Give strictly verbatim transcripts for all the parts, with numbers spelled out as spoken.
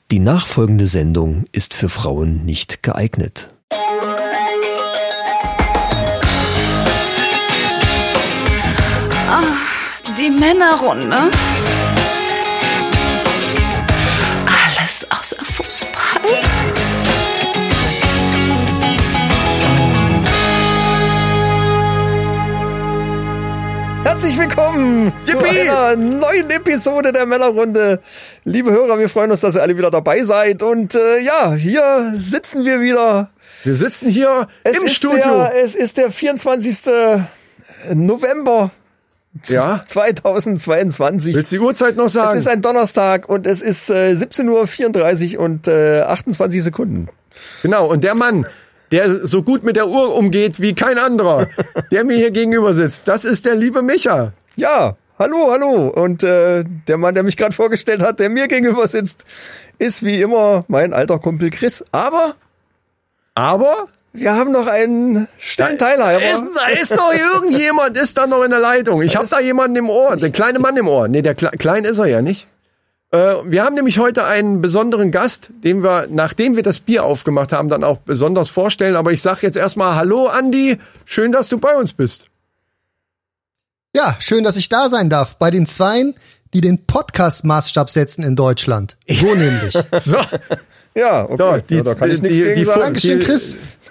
Die nachfolgende Sendung ist für Frauen nicht geeignet. Ah, die Männerrunde. Alles außer Fußball. Herzlich willkommen zu einer neuen Episode der Männerrunde. Liebe Hörer, wir freuen uns, dass ihr alle wieder dabei seid. Und äh, ja, hier sitzen wir wieder. Wir sitzen hier es im ist Studio. Der, es ist der vierundzwanzigster November ja. zweitausendzweiundzwanzig. Willst du die Uhrzeit noch sagen? Es ist ein Donnerstag und es ist äh, siebzehn Uhr vierunddreißig und äh, achtundzwanzig Sekunden. Genau, und der Mann, der so gut mit der Uhr umgeht wie kein anderer, der mir hier gegenüber sitzt, das ist der liebe Micha. Ja, hallo, hallo. Und äh, der Mann, der mich gerade vorgestellt hat, der mir gegenüber sitzt, ist wie immer mein alter Kumpel Chris. Aber, aber wir haben noch einen stillen Teilhaber. Ist, da ist noch irgendjemand, ist da noch in der Leitung. Ich habe da jemanden im Ohr, den kleinen Mann im Ohr. Nee, der Kle- klein ist er ja nicht. Äh, wir haben nämlich heute einen besonderen Gast, den wir, nachdem wir das Bier aufgemacht haben, dann auch besonders vorstellen. Aber ich sag jetzt erstmal Hallo Andi, schön, dass du bei uns bist. Ja, schön, dass ich da sein darf. Bei den Zweien, die den Podcast-Maßstab setzen in Deutschland. So nämlich. So. Ja, okay. So, die, ja, da kann ich die, nichts die, gegen die, sagen. Dankeschön, Chris.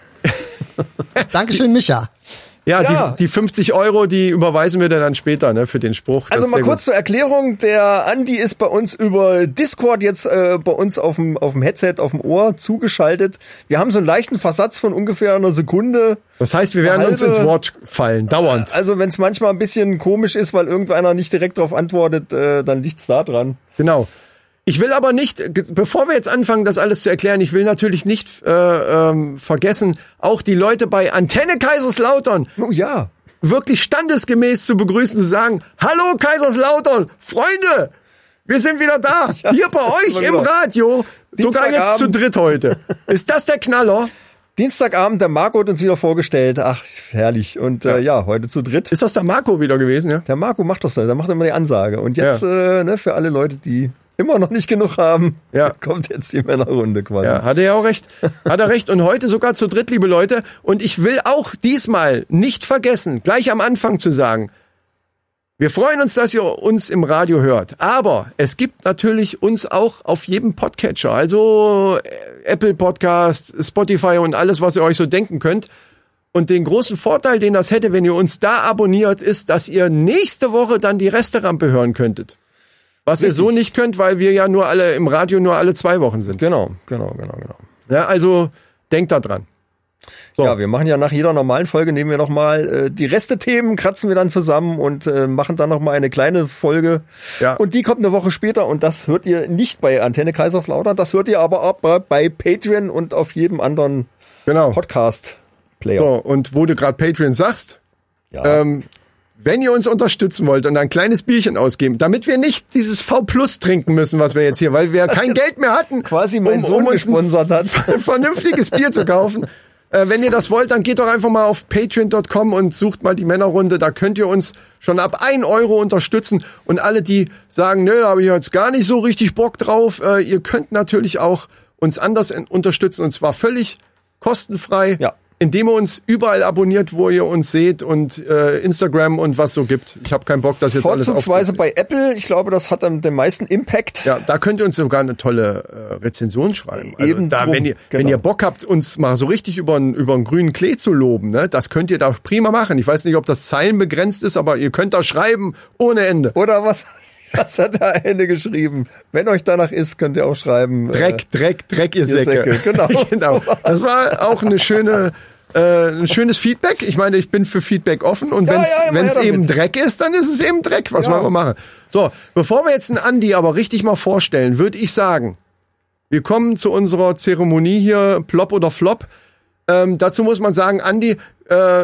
Dankeschön, Micha. Ja, Ja. Die, die fünfzig Euro, die überweisen wir dir dann später, ne, für den Spruch. Das Also ist mal sehr kurz gut. zur Erklärung, der Andi ist bei uns über Discord jetzt äh, bei uns auf dem auf dem Headset, auf dem Ohr zugeschaltet. Wir haben so einen leichten Versatz von ungefähr einer Sekunde. Das heißt, wir werden halbe- uns ins Wort fallen, dauernd. Also wenn es manchmal ein bisschen komisch ist, weil irgendeiner nicht direkt darauf antwortet, äh, dann liegt's da dran. Genau. Ich will aber nicht, ge- bevor wir jetzt anfangen, das alles zu erklären, ich will natürlich nicht äh, ähm, vergessen, auch die Leute bei Antenne Kaiserslautern Oh ja. wirklich standesgemäß zu begrüßen, zu sagen, hallo Kaiserslautern, Freunde, wir sind wieder da, Ja, hier bei das ist euch immer im wieder. Radio, sogar jetzt zu Dienstagabend. dritt heute. Ist das der Knaller? Dienstagabend, der Marco hat uns wieder vorgestellt. Ach, herrlich. Und äh, ja, heute zu dritt. Ist das der Marco wieder gewesen, ja? Der Marco macht das, der macht immer die Ansage. Und jetzt, äh, ne, für alle Leute, die immer noch nicht genug haben, Ja. kommt jetzt die Männerrunde quasi. Ja, hat er ja auch recht. Hat er recht. Und heute sogar zu dritt, liebe Leute. Und ich will auch diesmal nicht vergessen, gleich am Anfang zu sagen, wir freuen uns, dass ihr uns im Radio hört. Aber es gibt natürlich uns auch auf jedem Podcatcher. Also äh, Apple Podcast, Spotify und alles, was ihr euch so denken könnt. Und den großen Vorteil, den das hätte, wenn ihr uns da abonniert, ist, dass ihr nächste Woche dann die Resterampe hören könntet. Was ihr so nicht könnt, weil wir ja nur alle im Radio nur alle zwei Wochen sind. Genau, genau, genau, genau. Ja, also denkt da dran. So. Ja, wir machen ja nach jeder normalen Folge, nehmen wir nochmal äh, die Reste-Themen, kratzen wir dann zusammen und äh, machen dann nochmal eine kleine Folge. Ja. Und die kommt eine Woche später und das hört ihr nicht bei Antenne Kaiserslautern, das hört ihr aber auch bei, bei Patreon und auf jedem anderen Genau. Podcast-Player. So, und wo du gerade Patreon sagst, Ja. ähm, wenn ihr uns unterstützen wollt und ein kleines Bierchen ausgeben, damit wir nicht dieses V Plus trinken müssen, was wir jetzt hier, weil wir kein Geld mehr hatten, Quasi mein um, Sohn um uns gesponsert hat. ein vernünftiges Bier zu kaufen. Äh, wenn ihr das wollt, dann geht doch einfach mal auf patreon Punkt com und sucht mal die Männerrunde. Da könnt ihr uns schon ab ein Euro unterstützen. Und alle, die sagen, nö, da habe ich jetzt gar nicht so richtig Bock drauf, äh, ihr könnt natürlich auch uns anders in- unterstützen und zwar völlig kostenfrei. Ja. Indem ihr uns überall abonniert, wo ihr uns seht und äh, Instagram und was so gibt. Ich habe keinen Bock, das jetzt alles Vorzugsweise aufzunehmen. bei Apple, ich glaube, das hat dann den meisten Impact. Ja, da könnt ihr uns sogar eine tolle äh, Rezension schreiben. Also Eben da, drum, wenn ihr, genau. wenn ihr Bock habt, uns mal so richtig über einen über einen grünen Klee zu loben, ne, das könnt ihr da prima machen. Ich weiß nicht, ob das zeilenbegrenzt ist, aber ihr könnt da schreiben ohne Ende. Oder was, was hat der eine geschrieben? Wenn euch danach ist, könnt ihr auch schreiben. Dreck, Dreck, Dreck, ihr Säcke. Säcke, genau. genau. Das war auch eine schöne, äh, ein schönes Feedback. Ich meine, ich bin für Feedback offen und Ja, wenn's ja, immer wenn's her eben damit. Dreck ist, dann ist es eben Dreck. Was Ja. wollen wir machen? So, bevor wir jetzt einen Andi aber richtig mal vorstellen, würde ich sagen, wir kommen zu unserer Zeremonie hier, Plop oder Flop. Ähm, dazu muss man sagen, Andi, äh,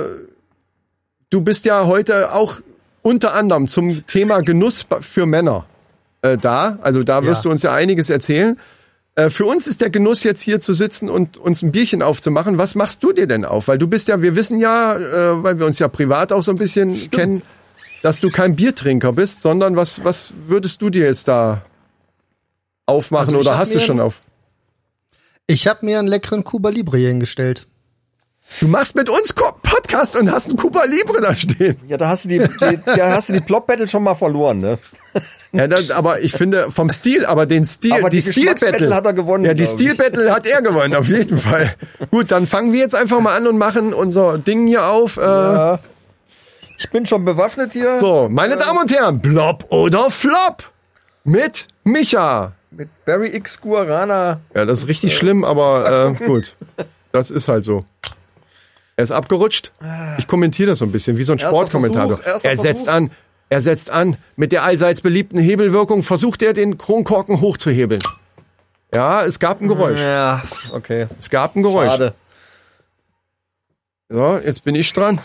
du bist ja heute auch unter anderem zum Thema Genuss für Männer äh, da. Also da wirst Ja. du uns ja einiges erzählen. Äh, für uns ist der Genuss jetzt hier zu sitzen und uns ein Bierchen aufzumachen. Was machst du dir denn auf? Weil du bist ja, wir wissen ja, äh, weil wir uns ja privat auch so ein bisschen Stimmt. kennen, dass du kein Biertrinker bist, sondern was, was würdest du dir jetzt da aufmachen Also ich oder hab hast du mir- schon auf? Ich habe mir einen leckeren Cuba Libre hier hingestellt. Du machst mit uns Ko- Podcast und hast einen Cuba Libre da stehen. Ja, da hast du die, die da hast du die Plop-Battle schon mal verloren, ne? Ja, da, aber ich finde vom Stil, aber den Stil, Aber die, die Geschmacksbattle Stil-Battle hat er gewonnen, Ja, die glaub ich. Stil-Battle hat er gewonnen, auf jeden Fall. Gut, dann fangen wir jetzt einfach mal an und machen unser Ding hier auf. Äh, Ja. Ich bin schon bewaffnet hier. So, meine Damen und Herren, Blob oder Flop mit Micha. Mit Barry X Guarana. Ja, das ist richtig schlimm, aber äh, gut. Das ist halt so. Er ist abgerutscht. Ich kommentiere das so ein bisschen, wie so ein Erster Sportkommentator. Versuch, erster Er setzt Versuch. an. Er setzt an. Mit der allseits beliebten Hebelwirkung versucht er, den Kronkorken hochzuhebeln. Ja, es gab ein Geräusch. Ja, okay. Es gab ein Geräusch. Schade. So, jetzt bin ich dran.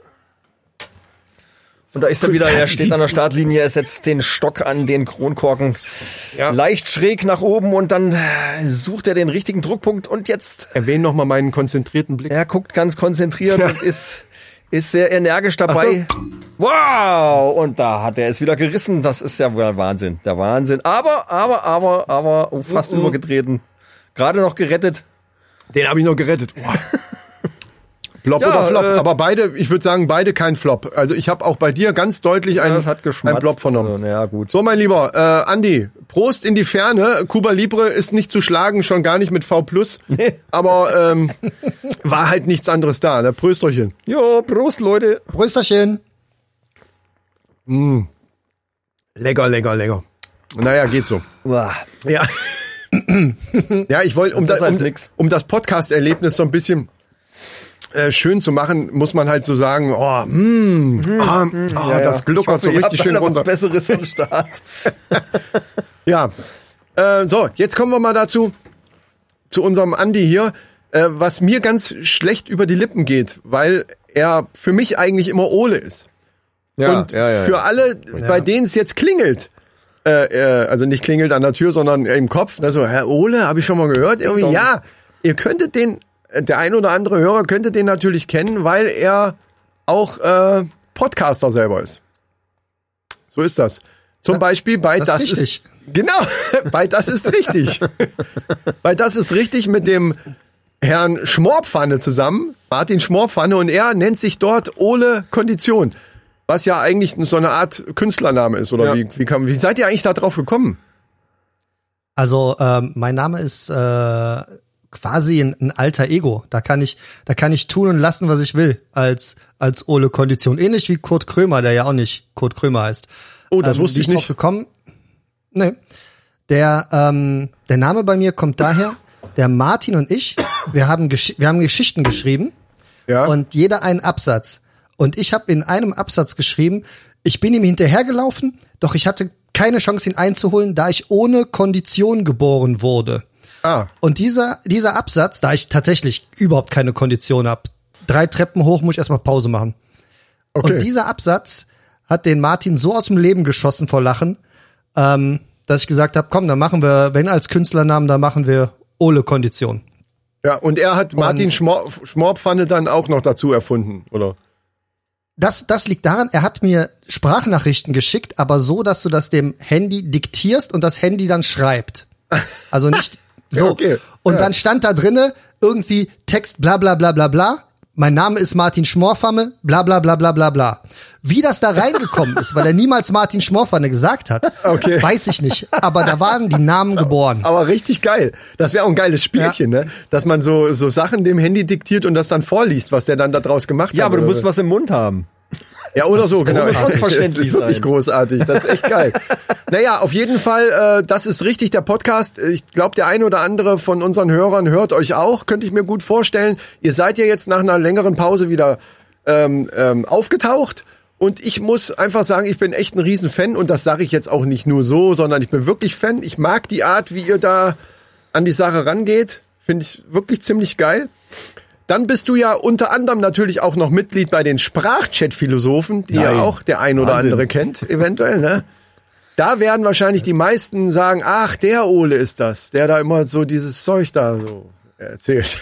Und da ist er wieder, er steht an der Startlinie, er setzt den Stock an den Kronkorken Ja. leicht schräg nach oben und dann äh, sucht er den richtigen Druckpunkt und jetzt, Erwähne nochmal meinen konzentrierten Blick. er guckt ganz konzentriert Ja. und ist, ist sehr energisch dabei. Wow! Und da hat er es wieder gerissen. Das ist ja wohl Wahnsinn. Der Wahnsinn. Aber, aber, aber, aber, oh, fast Mhm. übergetreten. Gerade noch gerettet. Den habe ich noch gerettet. Boah. Flop Ja, oder Flop? äh, Aber beide, ich würde sagen, beide kein Flop. Also ich habe auch bei dir ganz deutlich einen, Das hat geschmatzt. einen Flop vernommen. Also, ja, gut. So, mein Lieber, äh, Andi, Prost in die Ferne. Cuba Libre ist nicht zu schlagen, schon gar nicht mit V plus. Nee. Aber ähm, war halt nichts anderes da. Ne? Prösterchen. Jo, Prost, Leute. Prösterchen. Lecker, lecker, lecker. Naja, geht so. Uah. Ja. Ja, ich wollte, um, da, Besser als um, nix. um das Podcast-Erlebnis so ein bisschen äh, schön zu machen, muss man halt so sagen, oh, mm, ah, ah, Ja, das ja. gluckert Ich hoffe, so ihr richtig habt schön alle runter. was Besseres am Start. Ja. Äh, so, jetzt kommen wir mal dazu, zu unserem Andi hier, äh, was mir ganz schlecht über die Lippen geht, weil er für mich eigentlich immer Ole ist. Und für alle, bei denen es jetzt klingelt, äh, äh, also nicht klingelt an der Tür, sondern im Kopf, also Herr Ole, habe ich schon mal gehört, irgendwie, Dong. ja, ihr könntet den, äh, der ein oder andere Hörer könnte den natürlich kennen, weil er auch äh, Podcaster selber ist. So ist das. Zum Beispiel bei das Das, ist ist, richtig. genau, bei Das ist richtig. Bei Das ist richtig mit dem Herrn Schmorpfanne zusammen, Martin Schmorpfanne, und er nennt sich dort Ole Kondition. Was ja eigentlich so eine Art Künstlername ist, oder Ja. wie, wie, kam, wie seid ihr eigentlich da drauf gekommen? Also ähm, mein Name ist äh, quasi ein, ein alter Ego. Da kann ich, da kann ich tun und lassen, was ich will als als Ole Kondition. Ähnlich wie Kurt Krömer, der ja auch nicht Kurt Krömer heißt. Oh, das Ähm, wusste wie ich drauf nicht. gekommen? Nee. Der ähm, der Name bei mir kommt daher. Der Martin und ich, wir haben Gesch wir haben Geschichten geschrieben Ja. und jeder einen Absatz. Und ich habe in einem Absatz geschrieben, ich bin ihm hinterhergelaufen, doch ich hatte keine Chance, ihn einzuholen, da ich ohne Kondition geboren wurde. ah, Und dieser, dieser Absatz, da ich tatsächlich überhaupt keine Kondition habe, drei Treppen hoch muss ich erstmal Pause machen. okay. Und dieser Absatz hat den Martin so aus dem Leben geschossen vor Lachen, ähm, dass ich gesagt habe, komm, dann machen wir, wenn als Künstlernamen, dann machen wir Ole Kondition. Ja, und er hat Martin Und- Schmor Schmorpfanne dann auch noch dazu erfunden, oder? Das, das liegt daran, er hat mir Sprachnachrichten geschickt, aber so, dass du das dem Handy diktierst und das Handy dann schreibt. Also nicht so. Ja, okay. Und Ja. dann stand da drinne irgendwie Text bla bla bla bla bla. Mein Name ist Martin Schmorpfanne, bla bla bla bla bla bla. Wie das da reingekommen ist, weil er niemals Martin Schmorpfanne gesagt hat, Okay. weiß ich nicht. Aber da waren die Namen geboren. Aber richtig geil. Das wäre auch ein geiles Spielchen, ne? Dass man so, so Sachen dem Handy diktiert und das dann vorliest, was der dann da draus gemacht Ja, hat. aber du oder musst so. was im Mund haben. Ja, oder so, das genau. muss unverständlich Das ist wirklich sein. großartig. Das ist echt geil. Naja, auf jeden Fall, äh, das ist richtig, der Podcast. Ich glaube, der ein oder andere von unseren Hörern hört euch auch, könnte ich mir gut vorstellen. Ihr seid ja jetzt nach einer längeren Pause wieder ähm, ähm, aufgetaucht. Und ich muss einfach sagen, ich bin echt ein Riesenfan. Und das sage ich jetzt auch nicht nur so, sondern ich bin wirklich Fan. Ich mag die Art, wie ihr da an die Sache rangeht. Finde ich wirklich ziemlich geil. Dann bist du ja unter anderem natürlich auch noch Mitglied bei den Sprachchat-Philosophen, die ja Nein. auch der ein oder Wahnsinn. andere kennt, eventuell, ne? Da werden wahrscheinlich die meisten sagen, ach, der Ole ist das, der da immer so dieses Zeug da so erzählt.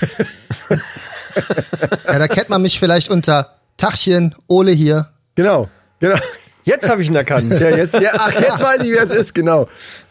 Ja, da kennt man mich vielleicht unter Tachchen, Ole hier. Genau, genau. Jetzt habe ich ihn erkannt. Ja, jetzt. Ja, ach, jetzt weiß ich, wer es ist, genau.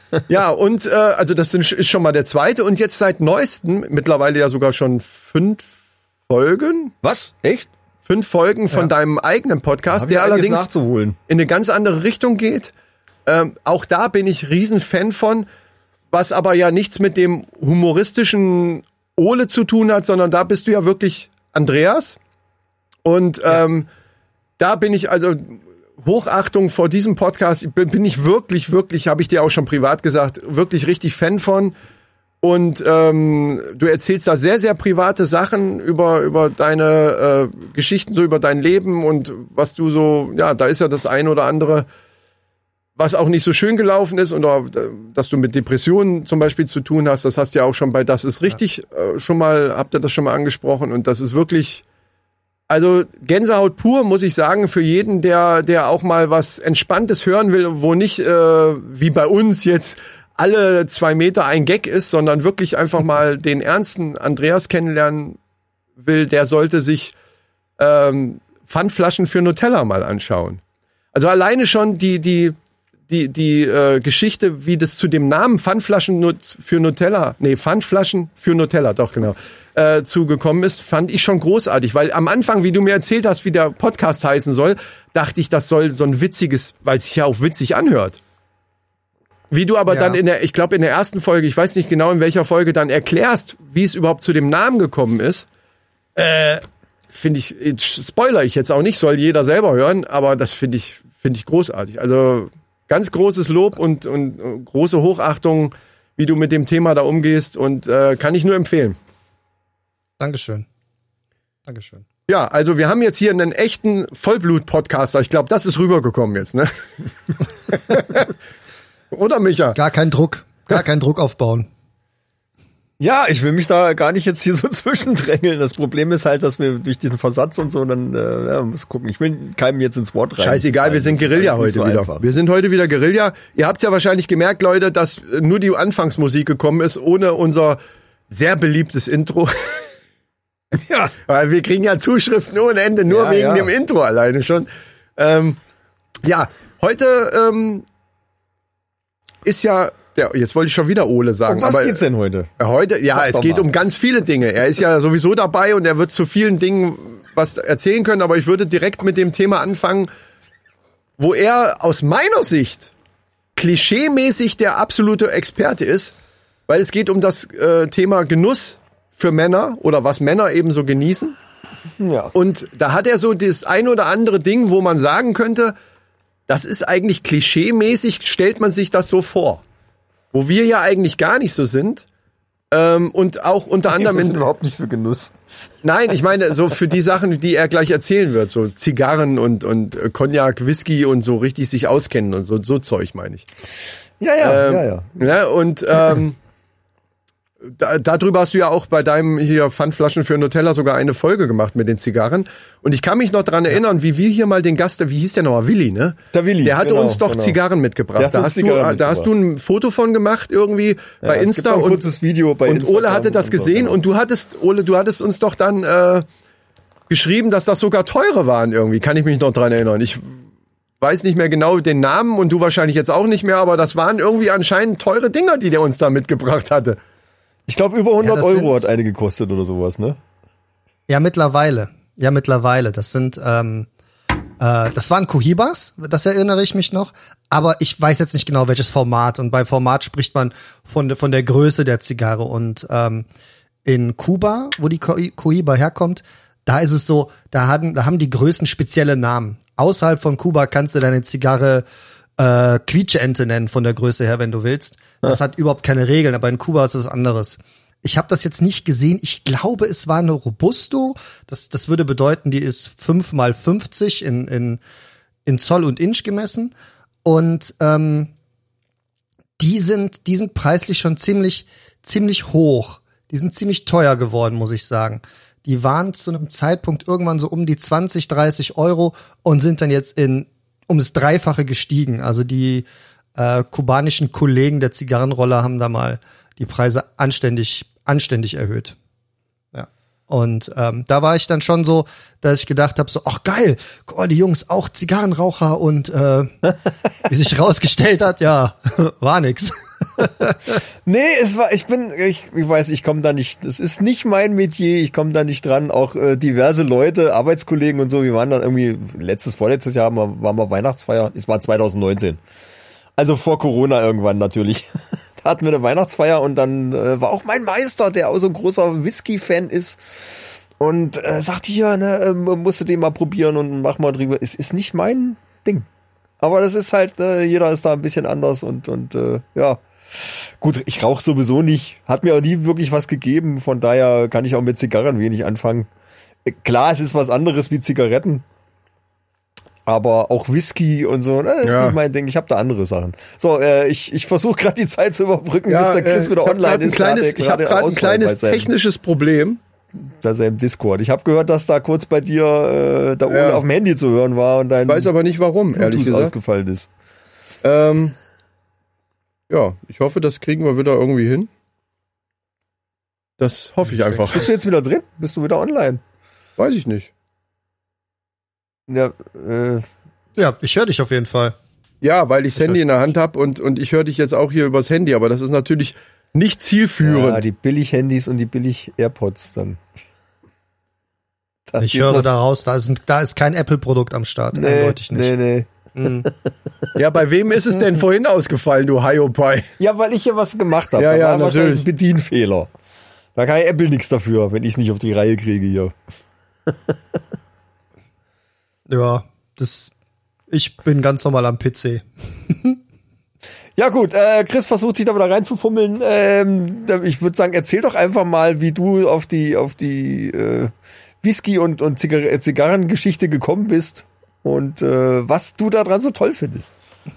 Ja, und äh, also das sind, ist schon mal der zweite. Und jetzt seit neuestem, mittlerweile ja sogar schon fünf Folgen. Was? Echt? Fünf Folgen von ja. deinem eigenen Podcast, der allerdings nachzuholen. in eine ganz andere Richtung geht. Ähm, auch da bin ich Riesenfan von, was aber ja nichts mit dem humoristischen Ole zu tun hat, sondern da bist du ja wirklich Andreas. Und ähm, ja. da bin ich also Hochachtung vor diesem Podcast, bin, bin ich wirklich, wirklich, habe ich dir auch schon privat gesagt, wirklich richtig Fan von. Und ähm, du erzählst da sehr, sehr private Sachen über über deine äh, Geschichten, so über dein Leben und was du so, ja, da ist ja das eine oder andere, was auch nicht so schön gelaufen ist, oder dass du mit Depressionen zum Beispiel zu tun hast. Das hast du ja auch schon bei Das ist richtig ja. äh, schon mal, habt ihr das schon mal angesprochen, und das ist wirklich, also Gänsehaut pur, muss ich sagen, für jeden, der der auch mal was Entspanntes hören will, wo nicht äh, wie bei uns jetzt alle zwei Meter ein Gag ist, sondern wirklich einfach mal den ernsten Andreas kennenlernen will, der sollte sich ähm, Pfandflaschen für Nutella mal anschauen. Also alleine schon die die die die äh, Geschichte, wie das zu dem Namen Pfandflaschen für Nutella, nee, Pfandflaschen für Nutella, doch genau, äh, zugekommen ist, fand ich schon großartig, weil am Anfang, wie du mir erzählt hast, wie der Podcast heißen soll, dachte ich, das soll so ein witziges, weil es sich ja auch witzig anhört. Wie du aber ja. dann in der, ich glaube in der ersten Folge, ich weiß nicht genau in welcher Folge, dann erklärst, wie es überhaupt zu dem Namen gekommen ist, äh, finde ich, spoiler ich jetzt auch nicht, soll jeder selber hören, aber das finde ich, finde ich großartig. Also ganz großes Lob und, und große Hochachtung, wie du mit dem Thema da umgehst, und äh, kann ich nur empfehlen. Dankeschön. Dankeschön. Ja, also wir haben jetzt hier einen echten Vollblut-Podcaster. Ich glaube, das ist rübergekommen jetzt, ne? Oder, Micha? Gar kein Druck. Gar keinen Druck aufbauen. Ja, ich will mich da gar nicht jetzt hier so zwischendrängeln. Das Problem ist halt, dass wir durch diesen Versatz und so, dann äh, ja, muss gucken. Ich will keinem jetzt ins Wort rein. Scheißegal, wir sind Guerilla heute so wieder. Einfach. Wir sind heute wieder Guerilla. Ihr habt's ja wahrscheinlich gemerkt, Leute, dass nur die Anfangsmusik gekommen ist, ohne unser sehr beliebtes Intro. Ja. Weil wir kriegen ja Zuschriften ohne Ende, nur ja, wegen ja. dem Intro alleine schon. Ähm, ja, heute ähm, ist ja, der, jetzt wollte ich schon wieder Ole sagen. Um was aber, geht's denn heute? Heute, ja, Sag es geht mal. um ganz viele Dinge. Er ist ja sowieso dabei und er wird zu vielen Dingen was erzählen können, aber ich würde direkt mit dem Thema anfangen, wo er aus meiner Sicht klischeemäßig der absolute Experte ist, weil es geht um das äh, Thema Genuss für Männer oder was Männer eben so genießen. Ja. Und da hat er so das ein oder andere Ding, wo man sagen könnte, das ist eigentlich klischeemäßig, stellt man sich das so vor. Wo wir ja eigentlich gar nicht so sind. Ähm, und auch unter anderem... Wir sind überhaupt nicht für Genuss. Nein, ich meine so für die Sachen, die er gleich erzählen wird. So Zigarren und, und äh, Cognac, Whisky und so richtig sich auskennen und so, so Zeug meine ich. Ja, ja, ähm, ja, ja. ja und... Ähm, Da, darüber hast du ja auch bei deinem hier Pfandflaschen für Nutella sogar eine Folge gemacht mit den Zigarren. Und ich kann mich noch dran erinnern, wie wir hier mal den Gast, wie hieß der nochmal, Willi, ne? Der Willi. Der hatte genau, uns doch genau. Zigarren mitgebracht. Da hast, du, mitgebracht. da hast du ein Foto von gemacht irgendwie ja, bei Insta. Es gibt und, ein kurzes Video bei und Instagram Ole hatte das gesehen und, so, genau. und du hattest, Ole, du hattest uns doch dann äh, geschrieben, dass das sogar teure waren irgendwie. Kann ich mich noch dran erinnern. Ich weiß nicht mehr genau den Namen und du wahrscheinlich jetzt auch nicht mehr, aber das waren irgendwie anscheinend teure Dinger, die der uns da mitgebracht hatte. Ich glaube, über hundert ja, Euro sind, hat eine gekostet oder sowas, ne? Ja, mittlerweile. Ja, mittlerweile. Das sind, ähm, äh, das waren Cohibas, das erinnere ich mich noch. Aber ich weiß jetzt nicht genau, welches Format. Und bei Format spricht man von, von der Größe der Zigarre. Und ähm, in Kuba, wo die Cohiba herkommt, da ist es so, da haben, da haben die Größen spezielle Namen. Außerhalb von Kuba kannst du deine Zigarre äh, Quietscheente nennen, von der Größe her, wenn du willst. Das hat überhaupt keine Regeln, aber in Kuba ist es was anderes. Ich habe das jetzt nicht gesehen. Ich glaube, es war eine Robusto. Das, das würde bedeuten, die ist fünf mal fünfzig in, in, in Zoll und Inch gemessen. Und ähm, die sind, die sind preislich schon ziemlich, ziemlich hoch. Die sind ziemlich teuer geworden, muss ich sagen. Die waren zu einem Zeitpunkt irgendwann so um die zwanzig, dreißig Euro und sind dann jetzt in um das Dreifache gestiegen. Also die äh, kubanischen Kollegen der Zigarrenroller haben da mal die Preise anständig, anständig erhöht. Ja. Und ähm, da war ich dann schon so, dass ich gedacht habe, so, ach geil, guck mal, die Jungs auch Zigarrenraucher und äh, wie sich rausgestellt hat, ja, war nix. Nee, es war, ich bin, ich, ich weiß, ich komme da nicht, es ist nicht mein Metier, ich komme da nicht dran. Auch äh, diverse Leute, Arbeitskollegen und so, wir waren dann irgendwie, letztes, vorletztes Jahr waren wir, waren wir Weihnachtsfeier, es war zwanzig neunzehn. Also vor Corona irgendwann natürlich. Da hatten wir eine Weihnachtsfeier und dann äh, war auch mein Meister, der auch so ein großer Whisky-Fan ist. Und äh, sagte hier, ne, äh, musst du den mal probieren und mach mal drüber. Es ist nicht mein Ding. Aber das ist halt, äh, jeder ist da ein bisschen anders und und äh, ja. Gut, ich rauche sowieso nicht. Hat mir auch nie wirklich was gegeben. Von daher kann ich auch mit Zigarren wenig anfangen. Äh, klar, es ist was anderes wie Zigaretten. Aber auch Whisky und so, ne, ist Ja. nicht mein Ding. Ich habe da andere Sachen. So, äh, ich ich versuche gerade die Zeit zu überbrücken, bis der Chris äh, wieder ich hab online grad ein ist. kleines, Da hat er ich habe gerade gerade ein Ausfall bei kleines seinem- technisches Problem. Da ist er im Discord. Ich habe gehört, dass da kurz bei dir äh, da Ja. ohne auf dem Handy zu hören war und dein Ich weiß aber nicht warum, ehrlich Bluetooth gesagt. ausgefallen ist. Ähm, ja, ich hoffe, das kriegen wir wieder irgendwie hin. Das hoffe ich einfach. Bist du jetzt wieder drin? Bist du wieder online? Weiß ich nicht. Ja, äh, Ja, ich höre dich auf jeden Fall. Ja, weil ich das Handy in der Hand habe und, und ich höre dich jetzt auch hier übers Handy, aber das ist natürlich nicht zielführend. ja, die Billig-Handys und die Billig-Airpods dann. Das Ich geht höre noch- daraus, da ist, ein, da ist kein Apple-Produkt am Start. nee, Eindeutig nicht. Nee, nee. Mhm. Ja, bei wem ist es denn vorhin ausgefallen, du Hiopai? Ja, weil ich hier was gemacht habe. Ja, da ja, war wahrscheinlich natürlich. ein Bedienfehler. Da kann Apple nichts dafür, wenn ich es nicht auf die Reihe kriege hier. Ja, das. Ich bin ganz normal am P C. Ja gut, äh, Chris versucht sich da wieder reinzufummeln. Ähm, ich würde sagen, erzähl doch einfach mal, wie du auf die auf die äh, Whisky- und, und Zigar- Zigarrengeschichte gekommen bist und äh, was du daran so toll findest.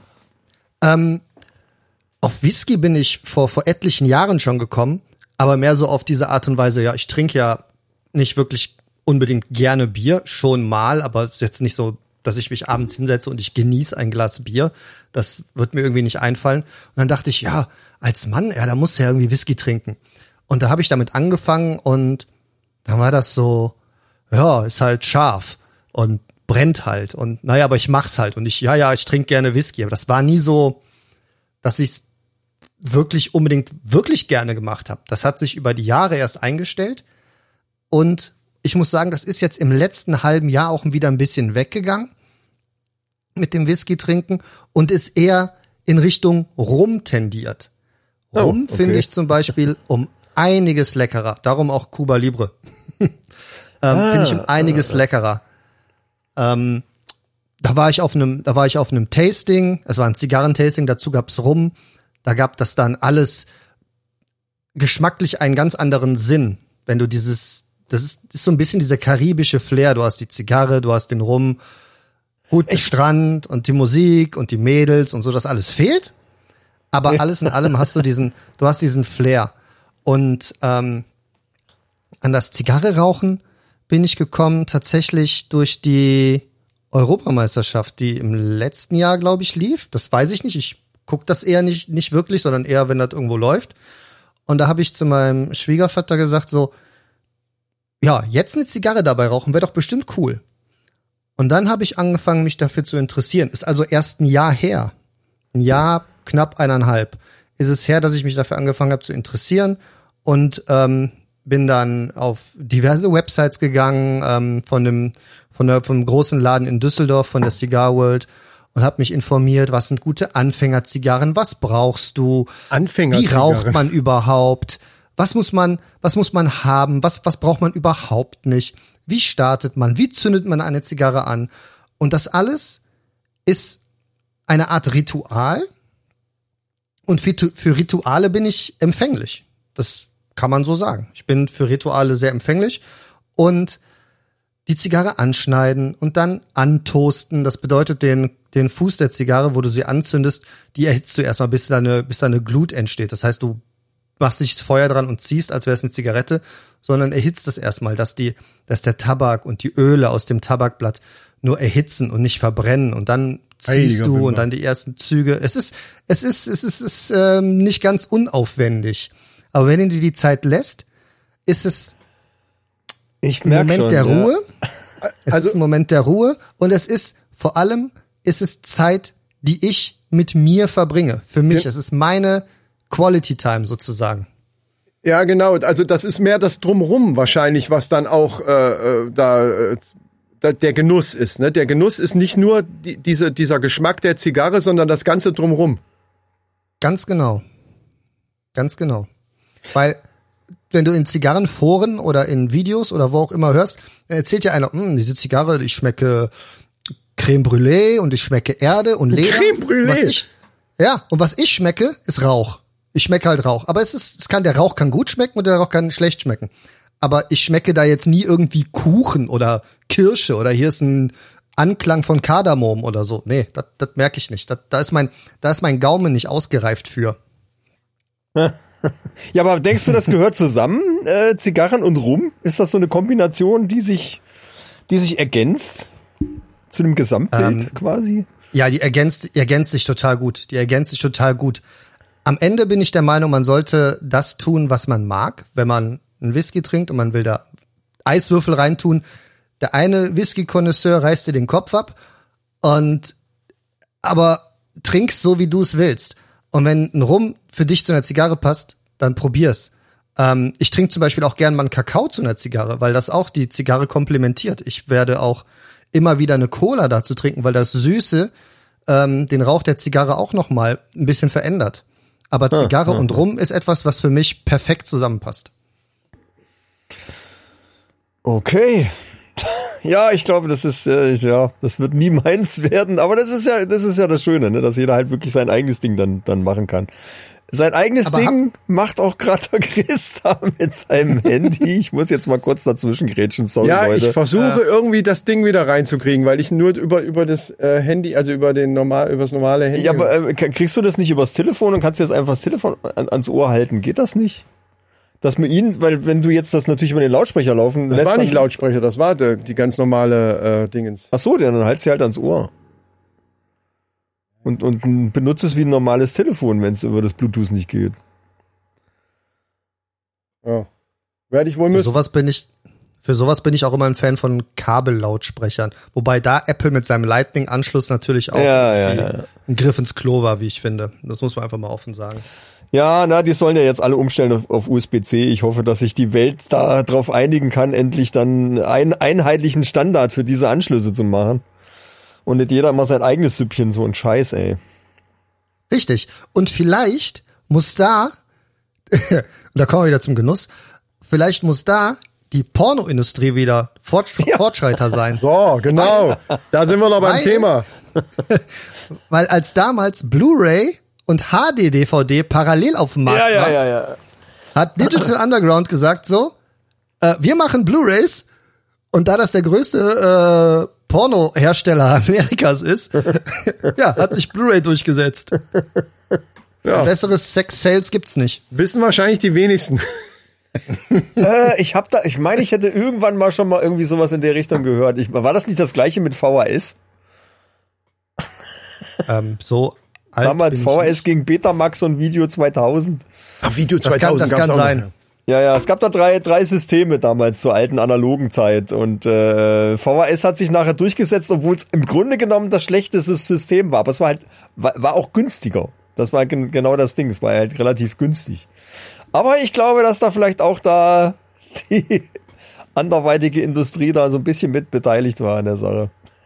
Ähm, auf Whisky bin ich vor, vor etlichen Jahren schon gekommen, aber mehr so auf diese Art und Weise, ja, ich trinke ja nicht wirklich unbedingt gerne Bier, schon mal, aber ist jetzt nicht so, dass ich mich abends hinsetze und ich genieße ein Glas Bier. Das wird mir irgendwie nicht einfallen. Und dann dachte ich, ja, als Mann, ja, da musst du ja irgendwie Whisky trinken. Und da habe ich damit angefangen und dann war das so, ja, ist halt scharf und brennt halt. Und naja, aber ich mach's halt. Und ich, ja, ja, ich trinke gerne Whisky. Aber das war nie so, dass ich's wirklich unbedingt wirklich gerne gemacht habe. Das hat sich über die Jahre erst eingestellt. Und ich muss sagen, das ist jetzt im letzten halben Jahr auch wieder ein bisschen weggegangen mit dem Whisky trinken und ist eher in Richtung Rum tendiert. Rum Oh, okay. finde ich zum Beispiel um einiges leckerer. Darum auch Cuba Libre. ähm, Ah, finde ich um einiges leckerer. Ähm, da war ich auf einem, da war ich auf einem Tasting. Es war ein Zigarrentasting. Dazu gab's Rum. Da gab das dann alles geschmacklich einen ganz anderen Sinn, wenn du dieses Das ist, ist so ein bisschen dieser karibische Flair. Du hast die Zigarre, du hast den Rum, guten Strand und die Musik und die Mädels und so, das alles fehlt. Aber alles in allem hast du diesen, du hast diesen Flair. Und ähm, an das Zigarre rauchen bin ich gekommen tatsächlich durch die Europameisterschaft, die im letzten Jahr, glaube ich, lief. Das weiß ich nicht. Ich guck das eher nicht nicht wirklich, sondern eher, wenn das irgendwo läuft. Und da habe ich zu meinem Schwiegervater gesagt so, ja, jetzt eine Zigarre dabei rauchen wäre doch bestimmt cool. Und dann habe ich angefangen, mich dafür zu interessieren. Ist also erst ein Jahr her. Ein Jahr, knapp eineinhalb, ist es her, dass ich mich dafür angefangen habe zu interessieren und ähm, bin dann auf diverse Websites gegangen, ähm, von dem von der vom großen Laden in Düsseldorf, von der Cigar World, und habe mich informiert, was sind gute Anfängerzigarren, was brauchst du, wie Anfängerzigarren. raucht man überhaupt, was muss man, was muss man haben, was was braucht man überhaupt nicht, wie startet man, wie zündet man eine Zigarre an, und das alles ist eine Art Ritual, und für, für Rituale bin ich empfänglich. Das kann man so sagen. Ich bin für Rituale sehr empfänglich, und die Zigarre anschneiden und dann antoasten. Das bedeutet, den den Fuß der Zigarre, wo du sie anzündest, die erhitzt du erstmal, bis da eine, bis da eine Glut entsteht. Das heißt, du machst nicht das Feuer dran und ziehst, als wäre es eine Zigarette, sondern erhitzt es erstmal, dass die, dass der Tabak und die Öle aus dem Tabakblatt nur erhitzen und nicht verbrennen, und dann ziehst Heiliger du Bimbam. und dann die ersten Züge. Es ist, es ist, es ist, es ist ähm, nicht ganz unaufwendig. Aber wenn du dir die Zeit lässt, ist es Ich ein merke Moment schon, der ja. Ruhe. Es Also- ist ein Moment der Ruhe, und es ist vor allem, ist es Zeit, die ich mit mir verbringe. Für mich, Ja. es ist meine Quality Time sozusagen. Ja, genau. Also das ist mehr das Drumrum wahrscheinlich, was dann auch äh, da, äh, da der Genuss ist. Ne? Der Genuss ist nicht nur die, diese, dieser Geschmack der Zigarre, sondern das ganze Drumrum. Ganz genau. Ganz genau. Weil wenn du in Zigarrenforen oder in Videos oder wo auch immer hörst, dann erzählt ja einer, diese Zigarre, ich schmecke Creme Brûlée und ich schmecke Erde und Leder. Creme Brûlée? Was ich, ja, und was ich schmecke, ist Rauch. Ich schmecke halt Rauch. Aber es ist, es kann, der Rauch kann gut schmecken und der Rauch kann schlecht schmecken. Aber ich schmecke da jetzt nie irgendwie Kuchen oder Kirsche oder hier ist ein Anklang von Kardamom oder so. Nee, das, das merke ich nicht. Das, da ist mein, da ist mein Gaumen nicht ausgereift für. Ja, aber denkst du, das gehört zusammen, äh, Zigarren und Rum? Ist das so eine Kombination, die sich, die sich ergänzt zu dem Gesamtbild ähm, quasi? Ja, die ergänzt, die ergänzt sich total gut. Die ergänzt sich total gut. Am Ende bin ich der Meinung, man sollte das tun, was man mag, wenn man einen Whisky trinkt und man will da Eiswürfel reintun. Der eine Whisky-Konnoisseur reißt dir den Kopf ab und aber trink's so, wie du es willst. Und wenn ein Rum für dich zu einer Zigarre passt, dann probier's. Ähm, ich trinke zum Beispiel auch gern mal einen Kakao zu einer Zigarre, weil das auch die Zigarre komplementiert. Ich werde auch immer wieder eine Cola dazu trinken, weil das Süße ähm, den Rauch der Zigarre auch noch mal ein bisschen verändert. Aber Zigarre ah, ah, und Rum ist etwas, was für mich perfekt zusammenpasst. Okay. Ja, ich glaube, das ist äh, ja, das wird nie meins werden, aber das ist ja, das ist ja das Schöne, ne, dass jeder halt wirklich sein eigenes Ding dann dann machen kann. Sein eigenes aber Ding macht auch gerade der Chris da mit seinem Handy. Ich muss jetzt mal kurz dazwischen grätschen, sorry ja, Leute. Ich versuche ja. irgendwie das Ding wieder reinzukriegen, weil ich nur über über das äh, Handy, also über den normal über das normale Handy. Ja, aber äh, kriegst du das nicht übers Telefon und kannst jetzt einfach das Telefon an, ans Ohr halten? Geht das nicht? Dass man ihn, weil wenn du jetzt das natürlich über den Lautsprecher laufen das lässt. Das war nicht Lautsprecher, das war die, die ganz normale äh, Dingens. Ach so, dann halt sie halt ans Ohr. Und, und benutzt es wie ein normales Telefon, wenn es über das Bluetooth nicht geht. Ja. Werde ich wohl müssen. Für sowas bin ich, für sowas bin ich auch immer ein Fan von Kabellautsprechern. Wobei da Apple mit seinem Lightning-Anschluss natürlich auch ja, ja, ja. ein Griff ins Klo war, wie ich finde. Das muss man einfach mal offen sagen. Ja, na, die sollen ja jetzt alle umstellen auf, auf U S B C. Ich hoffe, dass sich die Welt da drauf einigen kann, endlich dann einen einheitlichen Standard für diese Anschlüsse zu machen. Und nicht jeder mal sein eigenes Süppchen, so ein Scheiß, ey. Richtig. Und vielleicht muss da, und da kommen wir wieder zum Genuss, vielleicht muss da die Pornoindustrie wieder Fortsch- ja. Fortschreiter sein. So, genau. Da sind wir noch beim weil, Thema. Weil als damals Blu-ray und H D D V D parallel auf dem Markt ja, ja, war, ja, ja. hat Digital Underground gesagt so, äh, wir machen Blu-rays und da das der größte äh, Pornohersteller Amerikas ist, ja, hat sich Blu-ray durchgesetzt. Ja. Besseres Sex-Sales gibt's nicht. Wissen wahrscheinlich die wenigsten. äh, ich hab da, ich meine, ich hätte irgendwann mal schon mal irgendwie sowas in der Richtung gehört. Ich, war das nicht das gleiche mit V H S? ähm, so alt Damals V H S gegen Betamax und Video zweitausend. Ach, Video zweitausend. Das kann, das kann sein. Noch. Ja, ja, es gab da drei, drei Systeme damals zur alten analogen Zeit und äh, V H S hat sich nachher durchgesetzt, obwohl es im Grunde genommen das schlechteste System war, aber es war halt, war, war auch günstiger. Das war gen- genau das Ding, es war halt relativ günstig. Aber ich glaube, dass da vielleicht auch da die anderweitige Industrie da so ein bisschen mit beteiligt war an der Sache.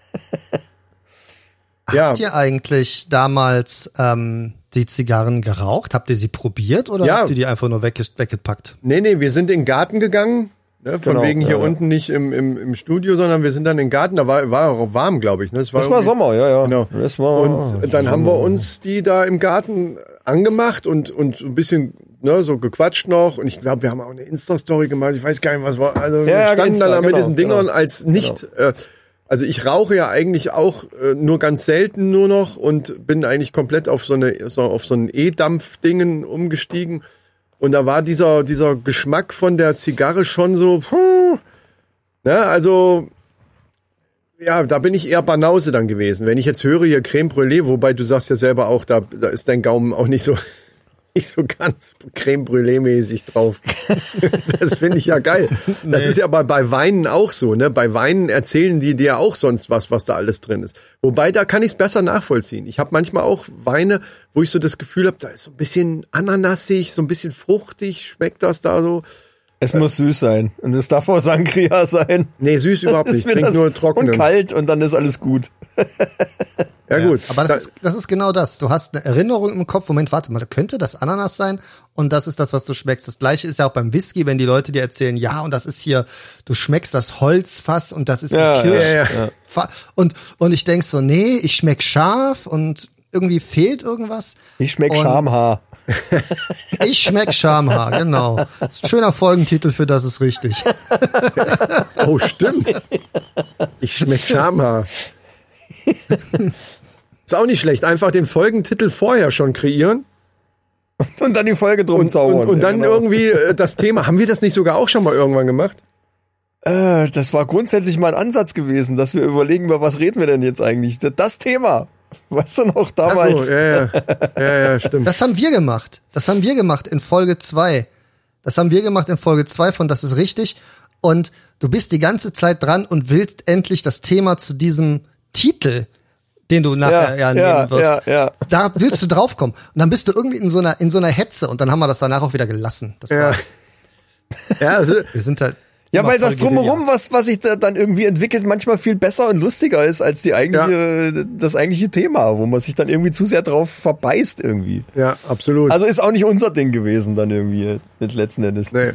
Ja. Habt ihr eigentlich damals ähm, die Zigarren geraucht? Habt ihr sie probiert oder ja. habt ihr die einfach nur wegge- weggepackt? Nee, nee, wir sind in den Garten gegangen. Ne, von genau, wegen hier ja, unten nicht im, im, im Studio, sondern wir sind dann in den Garten. Da war, war auch warm, glaube ich. Ne? Das war, das war Sommer, ja, ja. Genau. Das war, und dann haben wir uns die da im Garten angemacht und, und ein bisschen ne, so gequatscht noch. Und ich glaube, wir haben auch eine Insta-Story gemacht. Ich weiß gar nicht, was war. Also ja, wir standen Insta, dann da mit genau, diesen Dingern genau. als nicht... Genau. Äh, Also ich rauche ja eigentlich auch äh, nur ganz selten nur noch und bin eigentlich komplett auf so eine so auf so ein E-Dampf-Dingen umgestiegen und da war dieser dieser Geschmack von der Zigarre schon so, puh, ne, also ja, da bin ich eher Banause dann gewesen. Wenn ich jetzt höre hier Creme Brûlée, wobei du sagst ja selber auch, da, da ist dein Gaumen auch nicht so nicht so ganz Creme Brûlée-mäßig drauf. Das finde ich ja geil. Das nee. ist ja bei, bei Weinen auch so, ne? Bei Weinen erzählen die dir auch sonst was, was da alles drin ist. Wobei, da kann ich es besser nachvollziehen. Ich habe manchmal auch Weine, wo ich so das Gefühl habe, da ist so ein bisschen ananasig, so ein bisschen fruchtig, schmeckt das da so. Es äh, muss süß sein. Und es darf auch Sangria sein. Nee, süß überhaupt nicht. Trink nur trocken. Und kalt und dann ist alles gut. Ja, gut. Aber das, da, ist, das ist genau das. Du hast eine Erinnerung im Kopf. Moment, warte mal, könnte das Ananas sein? Und das ist das, was du schmeckst. Das Gleiche ist ja auch beim Whisky, wenn die Leute dir erzählen, ja, und das ist hier, du schmeckst das Holzfass und das ist ja, ein Kirsch. Ja, ja, ja. Und, und ich denk so, nee, ich schmeck scharf und irgendwie fehlt irgendwas. Ich schmeck Schamhaar. Ich schmeck Schamhaar, genau. Das ist ein schöner Folgentitel für Das ist richtig. Oh, stimmt. Ich schmeck Schamhaar. Ist auch nicht schlecht. Einfach den Folgentitel vorher schon kreieren. Und dann die Folge drum und, zaubern. Und, und dann ja, genau. irgendwie das Thema. Haben wir das nicht sogar auch schon mal irgendwann gemacht? Äh, das war grundsätzlich mal ein Ansatz gewesen, dass wir überlegen, über was reden wir denn jetzt eigentlich? Das Thema. Weißt du noch damals? Ach so, ja, ja. ja, ja, stimmt. Das haben wir gemacht. Das haben wir gemacht in Folge zwei. Das haben wir gemacht in Folge zwei von Das ist richtig. Und du bist die ganze Zeit dran und willst endlich das Thema zu diesem Titel, den du nachher ja, ja nehmen ja, wirst. Ja, ja. Da willst du draufkommen. Und dann bist du irgendwie in so einer, in so einer Hetze und dann haben wir das danach auch wieder gelassen. Das ja. war, ja, also, wir sind halt. Ja, weil das drumherum, was, was sich da dann irgendwie entwickelt, manchmal viel besser und lustiger ist als die eigentliche, ja. das eigentliche Thema, wo man sich dann irgendwie zu sehr drauf verbeißt irgendwie. Ja, absolut. Also ist auch nicht unser Ding gewesen dann irgendwie, mit letzten Endes. Nee.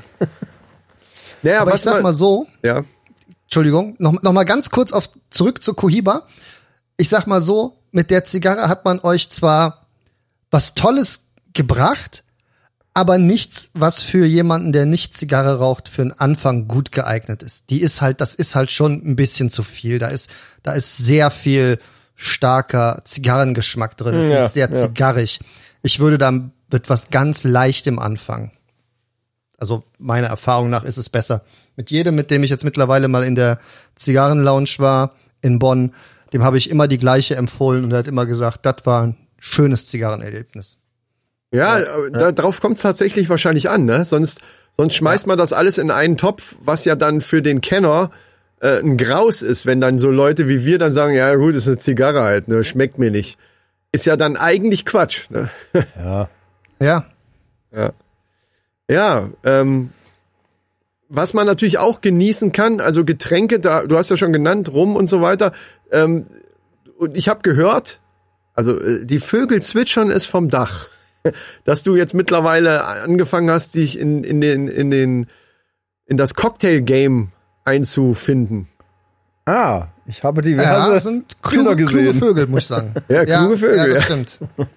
Naja, aber was ich sag mal, mal so, ja. Entschuldigung, noch, noch mal ganz kurz auf, zurück zu Cohiba. Ich sag mal so, mit der Zigarre hat man euch zwar was Tolles gebracht, aber nichts, was für jemanden, der nicht Zigarre raucht, für einen Anfang gut geeignet ist. Die ist halt, das ist halt schon ein bisschen zu viel. Da ist, da ist sehr viel starker Zigarrengeschmack drin. Es ja, ist sehr ja. zigarrig. Ich würde da mit was ganz Leichtem anfangen. Also meiner Erfahrung nach ist es besser. Mit jedem, mit dem ich jetzt mittlerweile mal in der Zigarrenlounge war, in Bonn, dem habe ich immer die gleiche empfohlen und er hat immer gesagt, das war ein schönes Zigarrenerlebnis. Ja, ja. Da, darauf kommt es tatsächlich wahrscheinlich an, ne? Sonst, sonst schmeißt ja. man das alles in einen Topf, was ja dann für den Kenner äh, ein Graus ist, wenn dann so Leute wie wir dann sagen, ja gut, ist eine Zigarre halt, ne? Schmeckt mir nicht. Ist ja dann eigentlich Quatsch, ne? Ja. Ja. Ja. Ja, ähm, was man natürlich auch genießen kann, also Getränke, da, du hast ja schon genannt, Rum und so weiter. Ähm, und ich habe gehört, also äh, die Vögel zwitschern es vom Dach, dass du jetzt mittlerweile angefangen hast, dich in in den in den in das Cocktail-Game einzufinden. Ah, ich habe diverse Ja, das sind kluge, Bilder kluge gesehen. Vögel, muss ich sagen. Ja, kluge Vögel, Ja, das ja. stimmt.